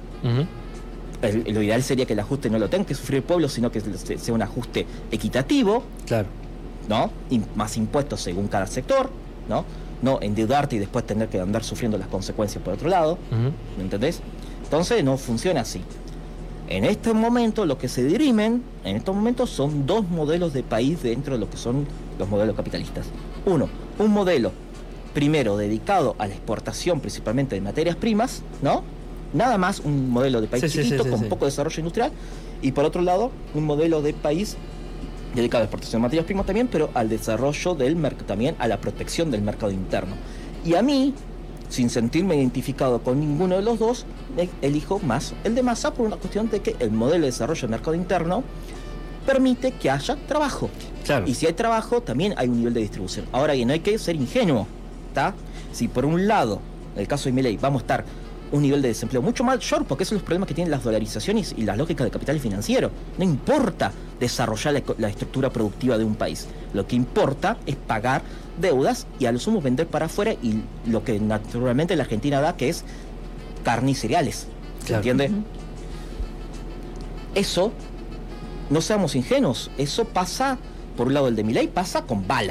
Lo ideal sería que el ajuste no lo tenga que sufrir el pueblo, sino que sea un ajuste equitativo. Claro. ¿No? Más impuestos según cada sector, ¿no? No endeudarte y después tener que andar sufriendo las consecuencias por otro lado. ¿Me entendés? Entonces no funciona así. En este momento lo que se dirimen, en estos momentos, son dos modelos de país dentro de lo que son los modelos capitalistas. Uno, un modelo primero dedicado a la exportación principalmente de materias primas, ¿no? Nada más un modelo de país chiquito con poco desarrollo industrial. Y por otro lado, un modelo de país dedicado a la exportación de materias primas también, pero al desarrollo del mercado, también a la protección del mercado interno. Y a mí, sin sentirme identificado con ninguno de los dos, elijo más el de Massa por una cuestión de que el modelo de desarrollo del mercado interno permite que haya trabajo. Claro. Y si hay trabajo, también hay un nivel de distribución. Ahora bien, no hay que ser ingenuo, ¿está? Si por un lado, en el caso de Milei, vamos a estar un nivel de desempleo mucho mayor, porque esos son los problemas que tienen las dolarizaciones y las lógicas de capital financiero. No importa desarrollar la estructura productiva de un país. Lo que importa es pagar deudas y a lo sumo vender para afuera, y lo que naturalmente la Argentina da, que es carne y cereales. ¿Se entiende? Eso, no seamos ingenuos, eso pasa, por un lado el de Milei pasa con bala.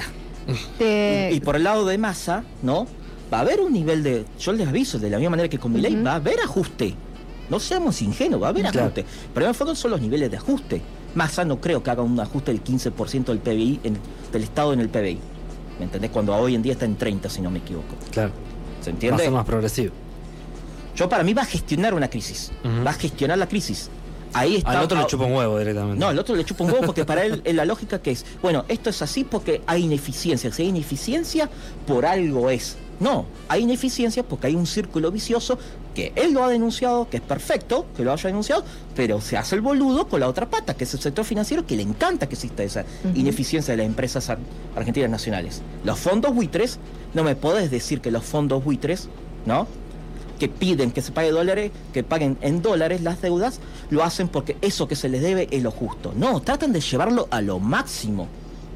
Y por el lado de Massa, ¿no? Va a haber un nivel de, yo les aviso, de la misma manera que con Milei, va a haber ajuste. No seamos ingenuos, va a haber ajuste. Pero en el fondo son los niveles de ajuste. Massa no creo que haga un ajuste del 15% del PBI, del Estado en el PBI. ¿Me entendés? Cuando hoy en día está en 30, si no me equivoco. Claro. ¿Se entiende? Va a ser más progresivo. Para mí va a gestionar una crisis. Va a gestionar la crisis. Ahí está. Al otro le chupa un huevo directamente. No, al otro le chupa un huevo porque para él la lógica que es, bueno, esto es así porque hay ineficiencia. Si hay ineficiencia, por algo es. No, hay ineficiencia porque hay un círculo vicioso que él lo ha denunciado, que es perfecto que lo haya denunciado, pero se hace el boludo con la otra pata, que es el sector financiero, que le encanta que exista esa ineficiencia de las empresas argentinas nacionales. Los fondos buitres, no me podés decir que los fondos buitres, ¿no?, que piden que se pague dólares, que paguen en dólares las deudas, lo hacen porque eso que se les debe es lo justo. No, tratan de llevarlo a lo máximo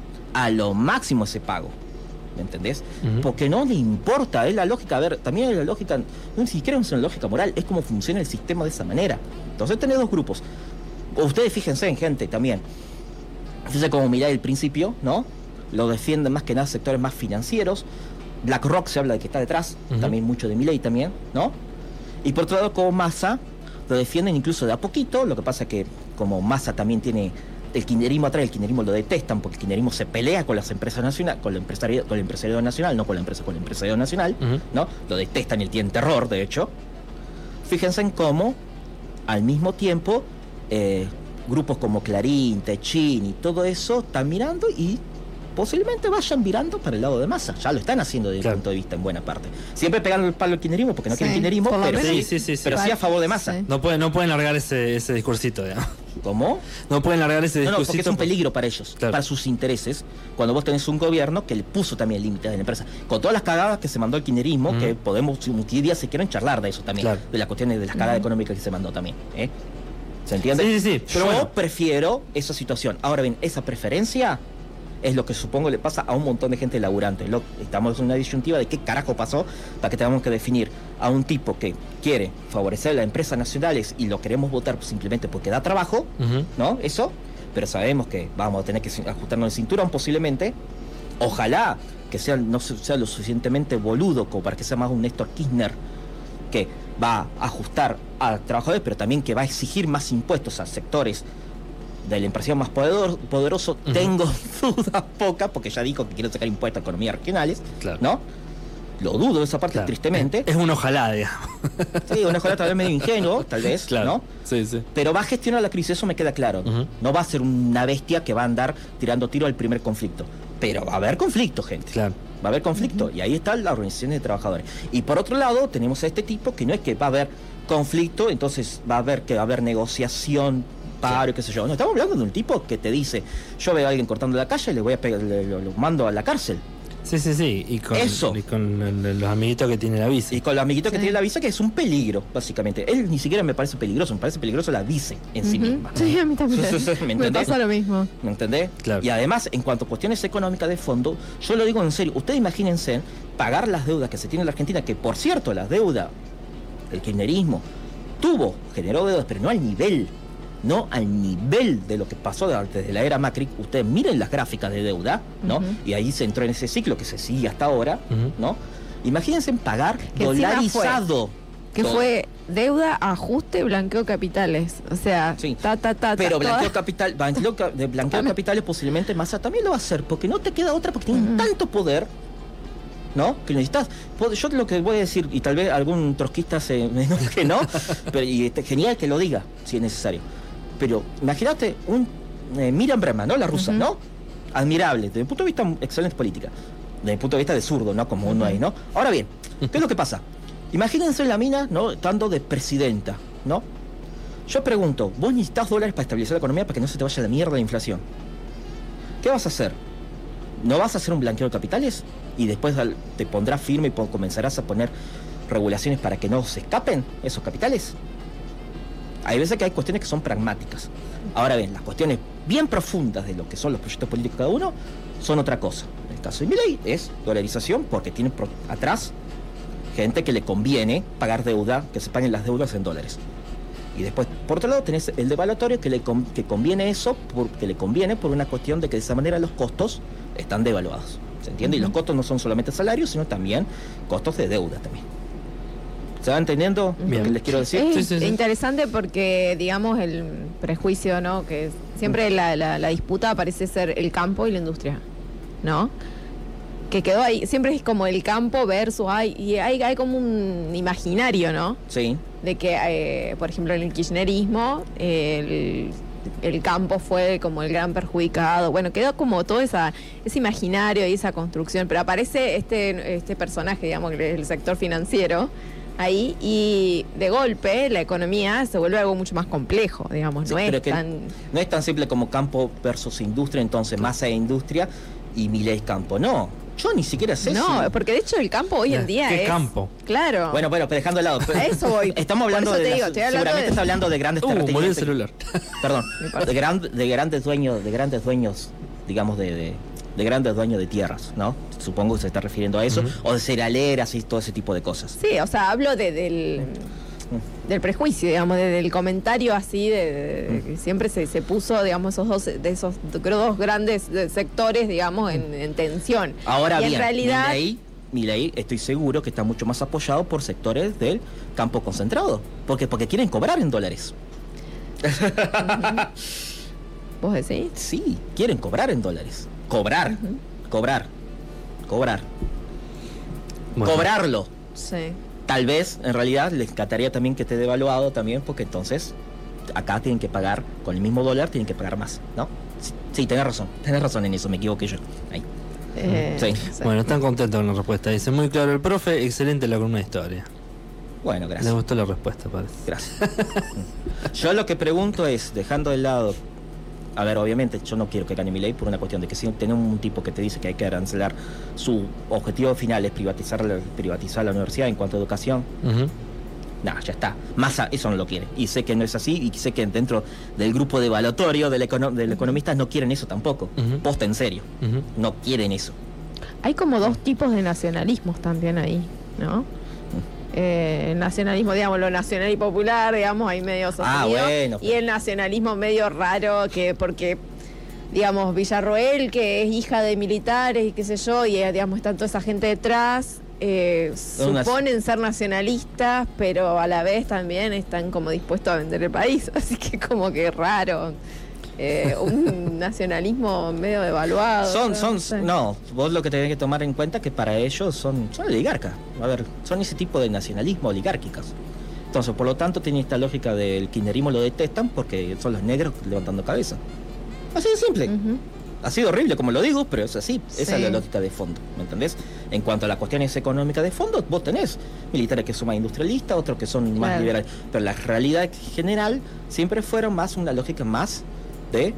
ese pago. ¿Me entendés? Porque no le importa, es la lógica, a ver, también es la lógica, no ni siquiera es una lógica moral, es como funciona el sistema de esa manera. Entonces tenés dos grupos. Ustedes fíjense en gente también. Fíjense como miráis el principio, ¿no? Lo defienden más que nada sectores más financieros. BlackRock se habla de que está detrás, también mucho de Milei también, ¿no? Y por otro lado, como Massa, lo defienden incluso de a poquito. Lo que pasa es que como Massa también tiene el kirchnerismo atrás, el kirchnerismo lo detestan porque el kirchnerismo se pelea con las empresas nacionales, con el empresariado nacional, no con la empresa, con el empresariado nacional, ¿no? Lo detestan y tienen terror, de hecho. Fíjense en cómo, al mismo tiempo, grupos como Clarín, Techín y todo eso están mirando y posiblemente vayan virando para el lado de Massa. Ya lo están haciendo desde el punto de vista en buena parte. Siempre pegando el palo al kirchnerismo porque no quieren kirchnerismo, pero sí a favor de Massa. Sí. No pueden largar ese discursito, digamos. ¿Cómo? No pueden largar ese discursito. No, porque es un peligro para ellos, para sus intereses, cuando vos tenés un gobierno que le puso también límites de la empresa. Con todas las cagadas que se mandó el kirchnerismo, que podemos, si un día se quieren charlar de eso también, de las cuestiones de las cagadas económicas que se mandó también. ¿Se entiende? Sí. Yo prefiero esa situación. Ahora bien, esa preferencia es lo que supongo le pasa a un montón de gente laburante. Estamos en una disyuntiva de qué carajo pasó para que tengamos que definir a un tipo que quiere favorecer a las empresas nacionales y lo queremos votar simplemente porque da trabajo, ¿no? Eso, pero sabemos que vamos a tener que ajustarnos el cinturón posiblemente. Ojalá que no sea lo suficientemente boludo como para que sea más un Néstor Kirchner que va a ajustar a trabajadores, pero también que va a exigir más impuestos a sectores del empresario más poderoso. Tengo dudas pocas, porque ya dijo que quiere sacar impuestos a economías regionales, ¿no? Lo dudo de esa parte, tristemente. Es un ojalá, digamos. Sí, un ojalá tal vez medio ingenuo, tal vez, ¿no? Sí. Pero va a gestionar la crisis, eso me queda claro. No va a ser una bestia que va a andar tirando tiro al primer conflicto. Pero va a haber conflicto, gente. Claro. Va a haber conflicto, y ahí está la organización de trabajadores. Y por otro lado, tenemos a este tipo que no es que va a haber conflicto, entonces va a haber negociación, paro, qué sé yo. No, estamos hablando de un tipo que te dice, yo veo a alguien cortando la calle, le voy a pegar, lo mando a la cárcel. Sí. Y con, Eso. y con los amiguitos que tiene la vice. Y con los amiguitos que tiene la vice, que es un peligro, básicamente. Él ni siquiera me parece peligroso, me parece peligroso la vice en sí misma. Sí, a mí también. ¿Me Me entendés? pasa lo mismo. ¿Me entendés? Claro. Y además, en cuanto a cuestiones económicas de fondo, yo lo digo en serio, ustedes imagínense pagar las deudas que se tiene en la Argentina, que por cierto, las deudas, el kirchnerismo, generó deudas, pero no al nivel de lo que pasó desde la era Macri. Ustedes miren las gráficas de deuda, ¿no? Y ahí se entró en ese ciclo que se sigue hasta ahora, ¿no? Imagínense en pagar Que dolarizado. Que fue deuda, ajuste, blanqueo capitales. O sea, Sí. toda- Pero blanqueo capitales posiblemente Massa también lo va a hacer, porque no te queda otra, porque tienen tanto poder, ¿no? Que necesitas. Yo lo que voy a decir, y tal vez algún trotskista se me enoje, ¿no? Pero, y genial que lo diga, si es necesario. Pero imagínate Miriam Bregman, ¿no? La rusa, ¿no? Admirable, desde mi punto de vista, excelente política. Desde mi punto de vista de zurdo, ¿no? Como uno ahí, ¿no? Ahora bien, ¿qué es lo que pasa? Imagínense la mina, ¿no? Estando de presidenta, ¿no? Yo pregunto, vos necesitas dólares para estabilizar la economía para que no se te vaya la mierda la inflación. ¿Qué vas a hacer? ¿No vas a hacer un blanqueo de capitales? Y después te pondrás firme y comenzarás a poner regulaciones para que no se escapen esos capitales. Hay veces que hay cuestiones que son pragmáticas. Ahora bien, las cuestiones bien profundas de lo que son los proyectos políticos de cada uno son otra cosa. En el caso de Milei es dolarización porque tiene atrás gente que le conviene pagar deuda, que se paguen las deudas en dólares. Y después, por otro lado, tenés el devaluatorio que conviene eso, que le conviene por una cuestión de que de esa manera los costos están devaluados. ¿Se entiende? Y los costos no son solamente salarios, sino también costos de deuda también. ¿Se va entendiendo lo que les quiero decir? Es Sí. interesante porque, digamos, el prejuicio, ¿no? Que siempre la disputa parece ser el campo y la industria, ¿no? Que quedó ahí, siempre es como el campo versus, hay como un imaginario, ¿no? Sí. De que, por ejemplo, en el kirchnerismo, el campo fue como el gran perjudicado. Bueno, quedó como todo ese imaginario y esa construcción, pero aparece este personaje, digamos, que es el sector financiero, ahí, y de golpe la economía se vuelve algo mucho más complejo, digamos, Sí, no pero es que tan... no es tan simple como campo versus industria, entonces Massa e industria y Milei campo. No, yo ni siquiera sé No, si... porque de hecho el campo hoy en día ¿Qué es... campo? Claro. Bueno, pero dejando de lado. A eso voy. Estamos hablando Por eso de... te digo, estoy hablando seguramente de- está hablando de grandes terratenientes. Murió el celular. Perdón, de grandes dueños, digamos, de grandes dueños de tierras, ¿no? Supongo que se está refiriendo a eso, o de cerealeras y todo ese tipo de cosas. Sí, o sea, hablo del prejuicio, digamos, del comentario así, que siempre se puso, digamos, esos dos grandes sectores, digamos, en tensión. Ahora y bien, en realidad, Milei estoy seguro que está mucho más apoyado por sectores del campo concentrado, porque quieren cobrar en dólares. ¿vos decís? Sí, quieren cobrar en dólares. Cobrar. Bueno. Cobrarlo. Sí. Tal vez, en realidad, les encantaría también que esté devaluado también, porque entonces acá tienen que pagar, con el mismo dólar, tienen que pagar más, ¿no? Sí, tenés razón en eso, me equivoqué yo. Ahí. Sí. Bueno, están contentos con la respuesta. Dice, muy claro el profe, excelente la columna de historia. Bueno, Le gracias. gustó la respuesta, parece. Gracias. Yo lo que pregunto es, dejando de lado, a ver, obviamente yo no quiero que gane Milei por una cuestión de que si tenemos un tipo que te dice que hay que arancelar, su objetivo final es privatizar la universidad en cuanto a educación. No, ya está. Massa eso no lo quiere. Y sé que no es así, y sé que dentro del grupo de evaluatorio del economistas no quieren eso tampoco. Posta en serio. No quieren eso. Hay como dos tipos de nacionalismos también ahí, ¿no? El nacionalismo, digamos, lo nacional y popular, digamos, ahí medio sostenido. Bueno. Y el nacionalismo medio raro, porque, digamos, Villarroel, que es hija de militares y qué sé yo, y digamos, está toda esa gente detrás, suponen ser nacionalistas, pero a la vez también están como dispuestos a vender el país. Así que como que raro. Un nacionalismo medio devaluado. No, vos lo que tenés que tomar en cuenta es que para ellos son oligarcas. A ver, son ese tipo de nacionalismo oligárquicos. Entonces, por lo tanto, tiene esta lógica del kirchnerismo, lo detestan porque son los negros levantando cabeza. Así de simple. Así de horrible como lo digo, pero es así. Esa es la lógica de fondo, ¿me entendés? En cuanto a las cuestiones económicas de fondo, vos tenés militares que son más industrialistas, otros que son más liberales. Pero la realidad general siempre fueron más una lógica más de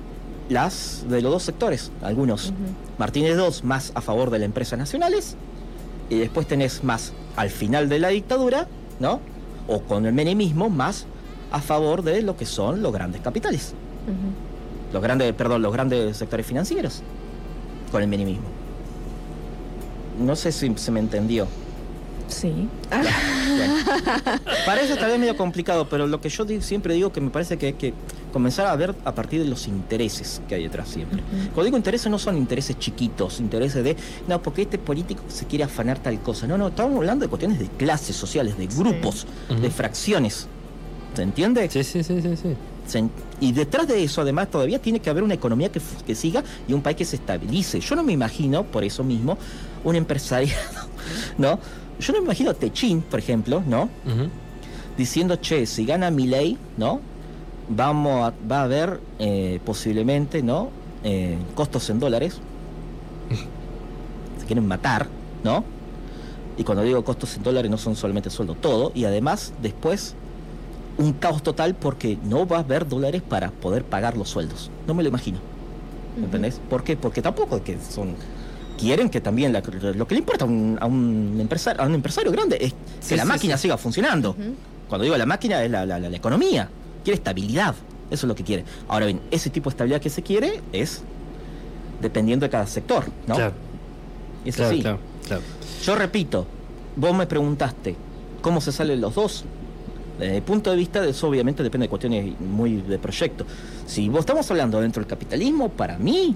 las de los dos sectores, algunos. Martínez II más a favor de las empresas nacionales, y después tenés más al final de la dictadura, ¿no? O con el menemismo más a favor de lo que son los grandes capitales. Los grandes sectores financieros con el menemismo. No sé si se me entendió. Sí. Bueno. Parece tal vez medio complicado, pero lo que yo siempre digo que me parece que hay que comenzar a ver a partir de los intereses que hay detrás siempre. Cuando digo intereses no son intereses chiquitos, intereses de, no, porque este político se quiere afanar tal cosa. No, estamos hablando de cuestiones de clases sociales, de grupos, de fracciones. ¿Se entiende? Sí. Y detrás de eso, además, todavía tiene que haber una economía que siga y un país que se estabilice. Yo no me imagino, por eso mismo, un empresariado, ¿no? Yo no me imagino a Techín, por ejemplo, ¿no? Diciendo, che, si gana Milei, ¿no? Va a haber posiblemente, ¿no? Costos en dólares. Se quieren matar, ¿no? Y cuando digo costos en dólares no son solamente sueldo, todo. Y además, después, un caos total porque no va a haber dólares para poder pagar los sueldos. No me lo imagino. ¿Entendés? ¿Por qué? Porque tampoco es que son... Quieren que también lo que le importa a un empresario grande es que la máquina siga funcionando. Cuando digo la máquina es la economía. Quiere estabilidad. Eso es lo que quiere. Ahora bien, ese tipo de estabilidad que se quiere es dependiendo de cada sector, ¿no? Claro. Es así. Claro. Yo repito, vos me preguntaste cómo se salen los dos. Desde mi punto de vista, eso obviamente depende de cuestiones muy de proyecto. Si vos estamos hablando dentro del capitalismo, para mí,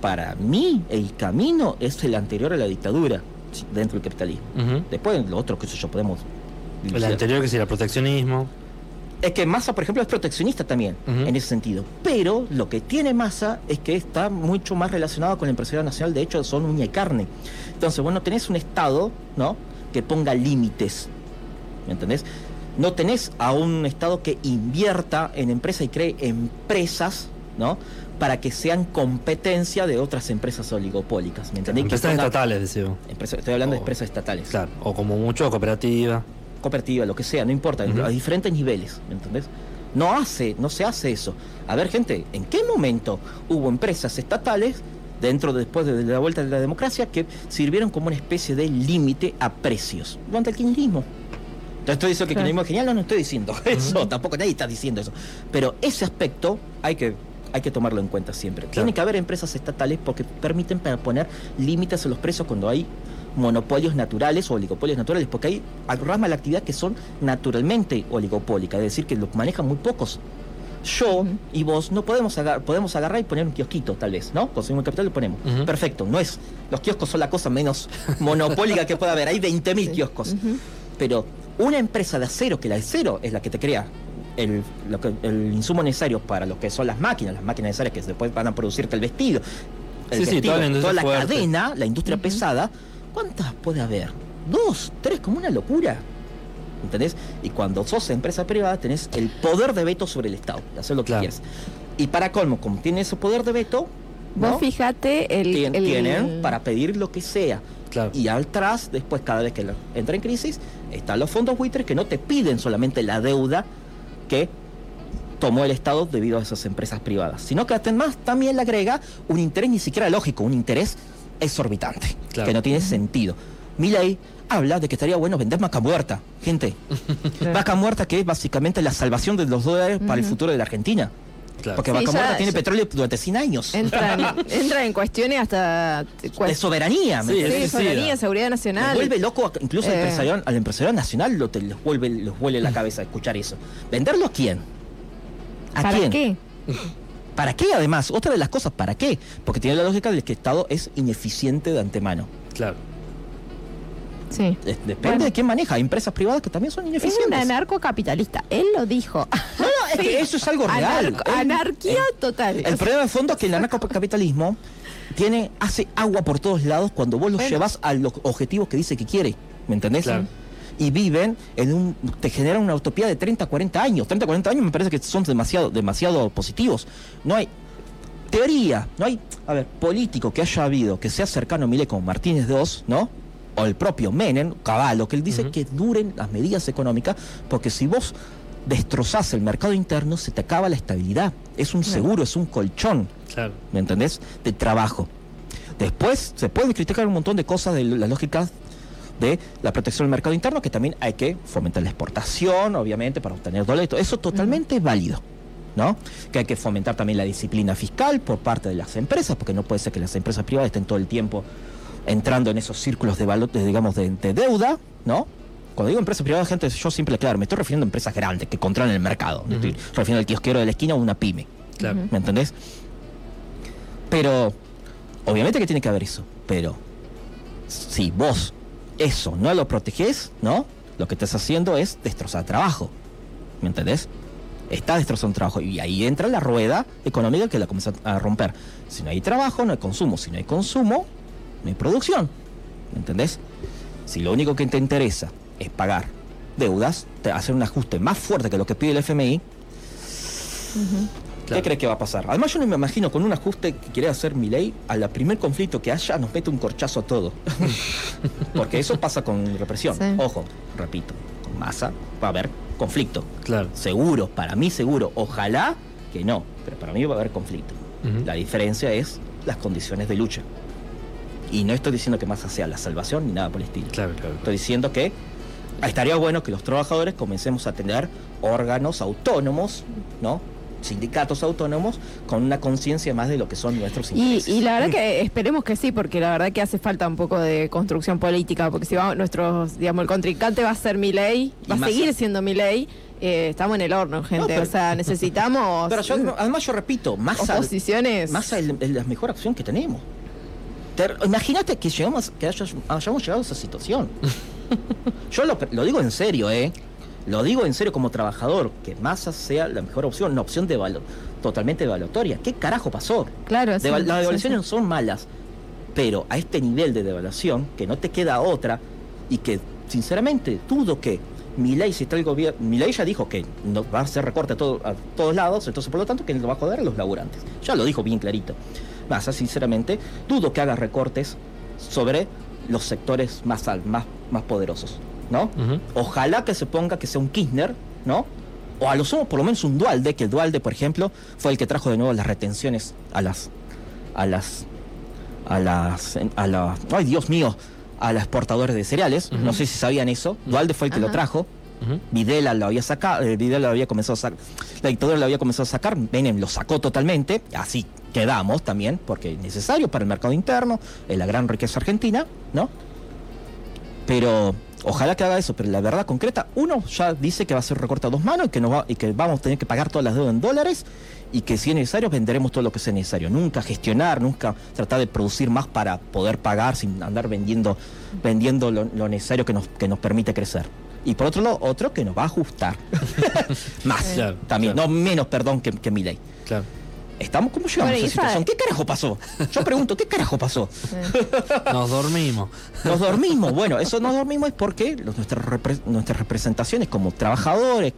el camino es el anterior a la dictadura dentro del capitalismo. Después, lo otro, qué sé yo, podemos... El anterior, que sería el proteccionismo. Es que Massa, por ejemplo, es proteccionista también, en ese sentido. Pero lo que tiene Massa es que está mucho más relacionado con el empresariado nacional. De hecho, son uña y carne. Entonces, vos no tenés un Estado, ¿no?, que ponga límites. ¿Me entendés? No tenés a un Estado que invierta en empresas y cree empresas, ¿no?, para que sean competencia de otras empresas oligopólicas. ¿Me entendés? Empresas estatales, decimos. Estoy hablando de empresas estatales. Claro, o como mucho cooperativa, lo que sea, no importa, a diferentes niveles, ¿me entendés? No se hace eso. A ver, gente, ¿en qué momento hubo empresas estatales después de la vuelta de la democracia que sirvieron como una especie de límite a precios? Durante el kirchnerismo. Entonces estoy diciendo que el kirchnerismo es genial, no estoy diciendo eso, tampoco nadie está diciendo eso. Pero ese aspecto hay que tomarlo en cuenta siempre. Claro. Tiene que haber empresas estatales porque permiten para poner límites a los precios cuando hay monopolios naturales o oligopolios naturales, porque hay ramas de la actividad que son naturalmente oligopólicas, es decir, que lo manejan muy pocos. Yo y vos no podemos agarrar y poner un kiosquito, tal vez, ¿no? Conseguimos el capital y lo ponemos. Perfecto, no es. Los kioscos son la cosa menos monopólica que pueda haber. Hay 20.000 kioscos. Pero una empresa de acero, que la de acero es la que te crea el insumo necesario para lo que son las máquinas necesarias que después van a producirte el vestido, toda la cadena, la industria pesada. ¿Cuántas puede haber? 2, 3, como una locura. ¿Entendés? Y cuando sos empresa privada tenés el poder de veto sobre el Estado, de hacer lo que quieras. Y para colmo, como tiene ese poder de veto, ¿no?, vos fíjate tienen para pedir lo que sea. Claro. Y atrás, después, cada vez que entra en crisis, están los fondos buitres que no te piden solamente la deuda que tomó el Estado debido a esas empresas privadas, sino que además también le agrega un interés ni siquiera lógico, un interés exorbitante, que no tiene sentido. Milei habla de que estaría bueno vender vaca muerta, gente. Vaca muerta, que es básicamente la salvación de los dólares para el futuro de la Argentina. Claro. Porque Vaca Muerta tiene petróleo durante 100 años. Entra en cuestiones hasta... de soberanía. Soberanía, seguridad nacional. Le vuelve loco, incluso al empresario nacional les vuelve la cabeza escuchar eso. ¿Venderlo a quién? ¿Para qué? ¿Para qué, además? Otra de las cosas, ¿para qué? Porque tiene la lógica de que el Estado es ineficiente de antemano. Claro. Sí. Depende de quién maneja. Hay empresas privadas que también son ineficientes. Es un anarcocapitalistas. Él lo dijo. No, es que eso es algo real. Anarquía total. El problema de fondo es que el anarcocapitalismo hace agua por todos lados cuando vos los llevas a los objetivos que dice que quiere. ¿Me entendés? Claro. Y viven te generan una utopía de 30, 40 años. 30, 40 años me parece que son demasiado positivos. No hay teoría, no hay, político que haya habido que sea cercano a Milei como Martínez II, ¿no?, o el propio Menem, Cavallo, que él dice que duren las medidas económicas, porque si vos destrozás el mercado interno, se te acaba la estabilidad. Es un seguro, es un colchón. Claro. ¿Me entendés? De trabajo. Después se pueden criticar un montón de cosas de las lógicas de la protección del mercado interno, que también hay que fomentar la exportación, obviamente, para obtener dólares. Eso totalmente válido, ¿no? Que hay que fomentar también la disciplina fiscal por parte de las empresas, porque no puede ser que las empresas privadas estén todo el tiempo entrando en esos círculos de valor, digamos, de deuda, ¿no? Cuando digo empresas privadas, gente, yo siempre, claro, me estoy refiriendo a empresas grandes que controlan el mercado. Me estoy refiriendo al kiosquero de la esquina o una pyme. Claro. ¿Me entendés? Pero, obviamente que tiene que haber eso, pero si vos eso no lo protegés, ¿no? Lo que estás haciendo es destrozar trabajo. ¿Me entendés? Está destrozando trabajo. Y ahí entra la rueda económica que la comienza a romper. Si no hay trabajo, no hay consumo. Si no hay consumo, no hay producción. ¿Me entendés? Si lo único que te interesa es pagar deudas, hacer un ajuste más fuerte que lo que pide el FMI, ¿qué crees que va a pasar? Además, yo no me imagino con un ajuste que quiere hacer Milei, a la primer conflicto que haya, nos mete un corchazo a todo. Porque eso pasa con represión. Sí. Ojo, repito, con Massa va a haber conflicto. Claro. Seguro, para mí seguro. Ojalá que no, pero para mí va a haber conflicto. La diferencia es las condiciones de lucha. Y no estoy diciendo que Massa sea la salvación ni nada por el estilo. Claro. Estoy diciendo que estaría bueno que los trabajadores comencemos a tener órganos autónomos, ¿no? Sindicatos autónomos con una conciencia más de lo que son nuestros intereses. Y la verdad que esperemos que sí, porque la verdad que hace falta un poco de construcción política, porque si va, digamos, el contrincante va a ser Milei, va a seguir siendo Milei, estamos en el horno, gente, pero, o sea, necesitamos... Pero además yo repito, Massa es la mejor acción que tenemos. Imagínate que hayamos llegado a esa situación. Yo lo digo en serio, Lo digo en serio como trabajador, que Massa sea la mejor opción, una opción de totalmente devaluatoria. ¿Qué carajo pasó? Claro, las devaluaciones son malas, pero a este nivel de devaluación, que no te queda otra, y que sinceramente dudo que Milei, si está el gobierno, Milei ya dijo que no va a hacer recorte a todos lados, entonces por lo tanto que lo va a joder a los laburantes. Ya lo dijo bien clarito. Massa, sinceramente, dudo que haga recortes sobre los sectores más poderosos, ¿no? Ojalá que se ponga que sea un Kirchner, ¿no? O a lo sumo por lo menos un Duhalde, que el Duhalde, por ejemplo, fue el que trajo de nuevo las retenciones a las ay Dios mío, a las exportadores de cereales. No sé si sabían eso. Duhalde fue el que lo trajo. Videla lo había sacado, Videla lo había comenzado a sacar, la dictadura lo había comenzado a sacar, Menem lo sacó totalmente, así quedamos también, porque es necesario para el mercado interno, es la gran riqueza argentina, ¿no? Pero ojalá que haga eso, pero la verdad concreta, uno ya dice que va a ser recorte a dos manos y que vamos a tener que pagar todas las deudas en dólares y que si es necesario venderemos todo lo que sea necesario. Nunca gestionar, nunca tratar de producir más para poder pagar sin andar vendiendo lo necesario que nos permite crecer. Y por otro lado, otro que nos va a ajustar más, claro, también, claro. No menos, perdón, que Milei. Claro. ¿Cómo llegamos a esa situación? ¿Qué carajo pasó? Yo pregunto, ¿qué carajo pasó? Nos dormimos. Nos dormimos. Bueno, eso nos dormimos es porque nuestras representaciones como trabajadores,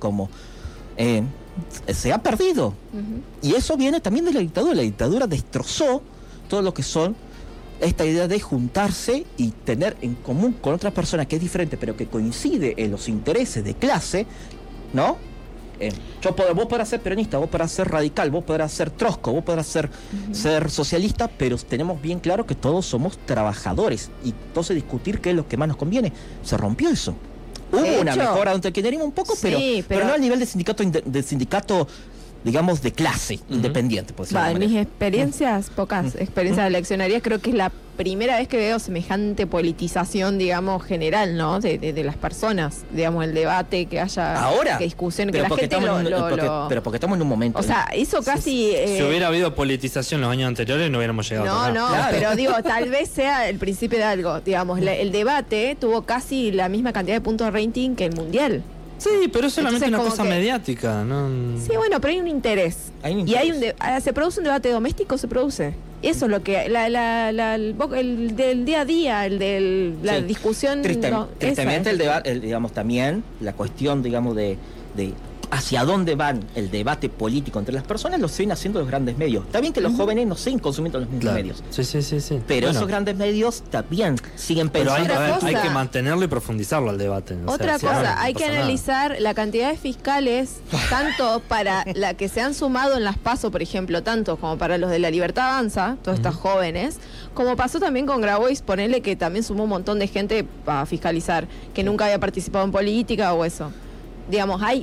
se ha perdido. Y eso viene también de la dictadura. La dictadura destrozó todo lo que son esta idea de juntarse y tener en común con otra persona que es diferente, pero que coincide en los intereses de clase, ¿no? Vos podrás ser peronista, vos podrás ser radical, vos podrás ser trotsko, vos podrás ser socialista, pero tenemos bien claro que todos somos trabajadores y entonces discutir qué es lo que más nos conviene. Se rompió eso. Hubo una mejora donde queríamos un poco, pero no al nivel de sindicato digamos de clase independiente. En mis experiencias, pocas experiencias eleccionarias, creo que es la primera vez que veo semejante politización, digamos, general, ¿no? De las personas, digamos, el debate, que haya discusión, que la gente pero porque estamos en un momento. O sea, eso casi... Si hubiera habido politización los años anteriores, no hubiéramos llegado. No, claro. Pero digo, tal vez sea el principio de algo. Digamos, el debate tuvo casi la misma cantidad de puntos de rating que el Mundial. Sí, pero es solamente una cosa mediática, ¿no? Sí, bueno, pero hay un interés. Y se produce un debate doméstico, se produce. Eso es lo que el del día a día, la discusión. Tristemente el debate, digamos, también la cuestión, digamos, de hacia dónde van el debate político entre las personas, lo siguen haciendo los grandes medios. Está bien que los jóvenes no siguen consumiendo los mismos medios. Sí. Pero esos grandes medios también siguen pensando. Pero hay que mantenerlo y profundizarlo al debate. Otra cosa, hay que analizar la cantidad de fiscales, tanto para la que se han sumado en las PASO, por ejemplo, tanto como para los de La Libertad Avanza, todos estos jóvenes, como pasó también con Grabois, ponele que también sumó un montón de gente a fiscalizar, que nunca había participado en política o eso. Digamos, hay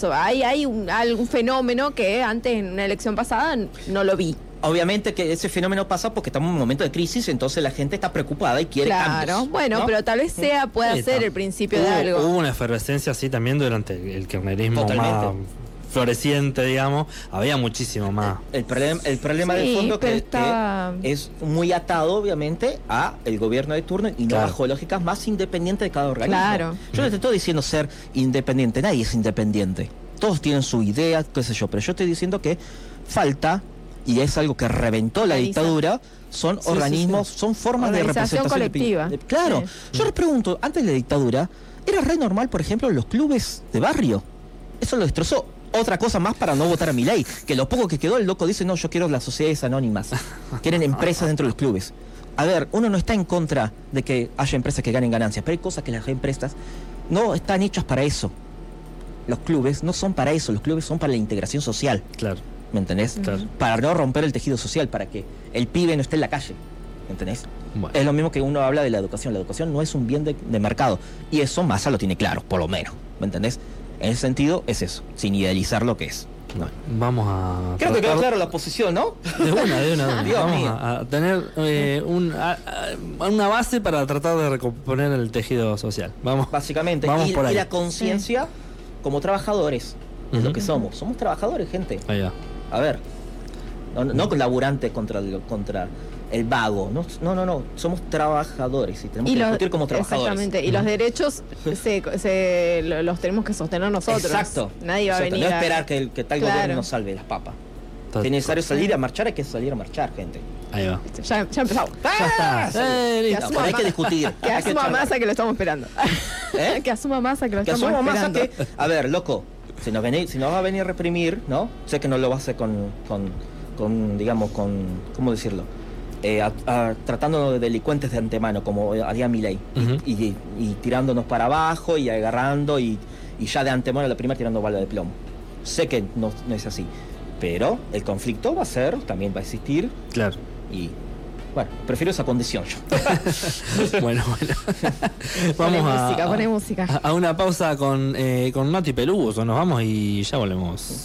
algún fenómeno que antes en una elección pasada no lo vi. Obviamente que ese fenómeno pasa porque estamos en un momento de crisis, entonces la gente está preocupada y quiere cambios. Bueno, ¿no? Pero tal vez pueda ser el principio de algo. Hubo una efervescencia así también durante el kirchnerismo más floreciente, digamos. Había muchísimo más. El problema de fondo que es muy atado, obviamente, a el gobierno de turno y no bajo lógicas más independientes de cada organismo. Claro. Yo no te estoy diciendo ser independiente, nadie es independiente. Todos tienen su idea, qué sé yo, pero yo estoy diciendo que falta, y es algo que reventó la dictadura, son organismos, son formas de representación colectiva. Claro. Yo les pregunto, antes de la dictadura, ¿era re normal, por ejemplo, los clubes de barrio? Eso lo destrozó. Otra cosa más para no votar a Milei, que lo poco que quedó, el loco dice, no, yo quiero las sociedades anónimas, quieren empresas dentro de los clubes. A ver, uno no está en contra de que haya empresas que ganen ganancias, pero hay cosas que las empresas no están hechas para eso. Los clubes no son para eso, los clubes son para la integración social. Claro. ¿Me entendés? Claro. Para no romper el tejido social, para que el pibe no esté en la calle. ¿Me entendés? Bueno. Es lo mismo que uno habla de la educación. La educación no es un bien de mercado. Y eso Massa lo tiene claro, por lo menos. ¿Me entendés? En ese sentido, es eso, sin idealizar lo que es. No. Vamos a... Creo que quedó claro la posición, ¿no? De una. Vamos a tener una base para tratar de recomponer el tejido social. Vamos. Básicamente. Vamos y la conciencia como trabajadores, es lo que somos. Somos trabajadores, gente. Ahí va. A ver, no laburantes contra el vago, no, somos trabajadores y tenemos que discutir como trabajadores. Exactamente, y los derechos los tenemos que sostener nosotros. Exacto. Nadie va a venir no esperar que tal gobierno nos salve las papas. Si es necesario salir a marchar, hay que salir a marchar, gente. Ahí va. Ya empezamos. Ya está. Hay que discutir. Que asuma Massa que lo estamos esperando. Que asuma Massa que lo estamos esperando. A ver, loco, si nos va a venir a reprimir, ¿no? Sé que no lo va a hacer con digamos, ¿cómo decirlo? Tratándonos de delincuentes de antemano, como haría Milei, y tirándonos para abajo y agarrando y ya de antemano la primera tirando bala de plomo. Sé que no es así, pero el conflicto también va a existir. Claro. Y bueno, prefiero esa condición yo. Bueno. Vamos pone música. A una pausa con Nati Peluso. Nos vamos y ya volvemos.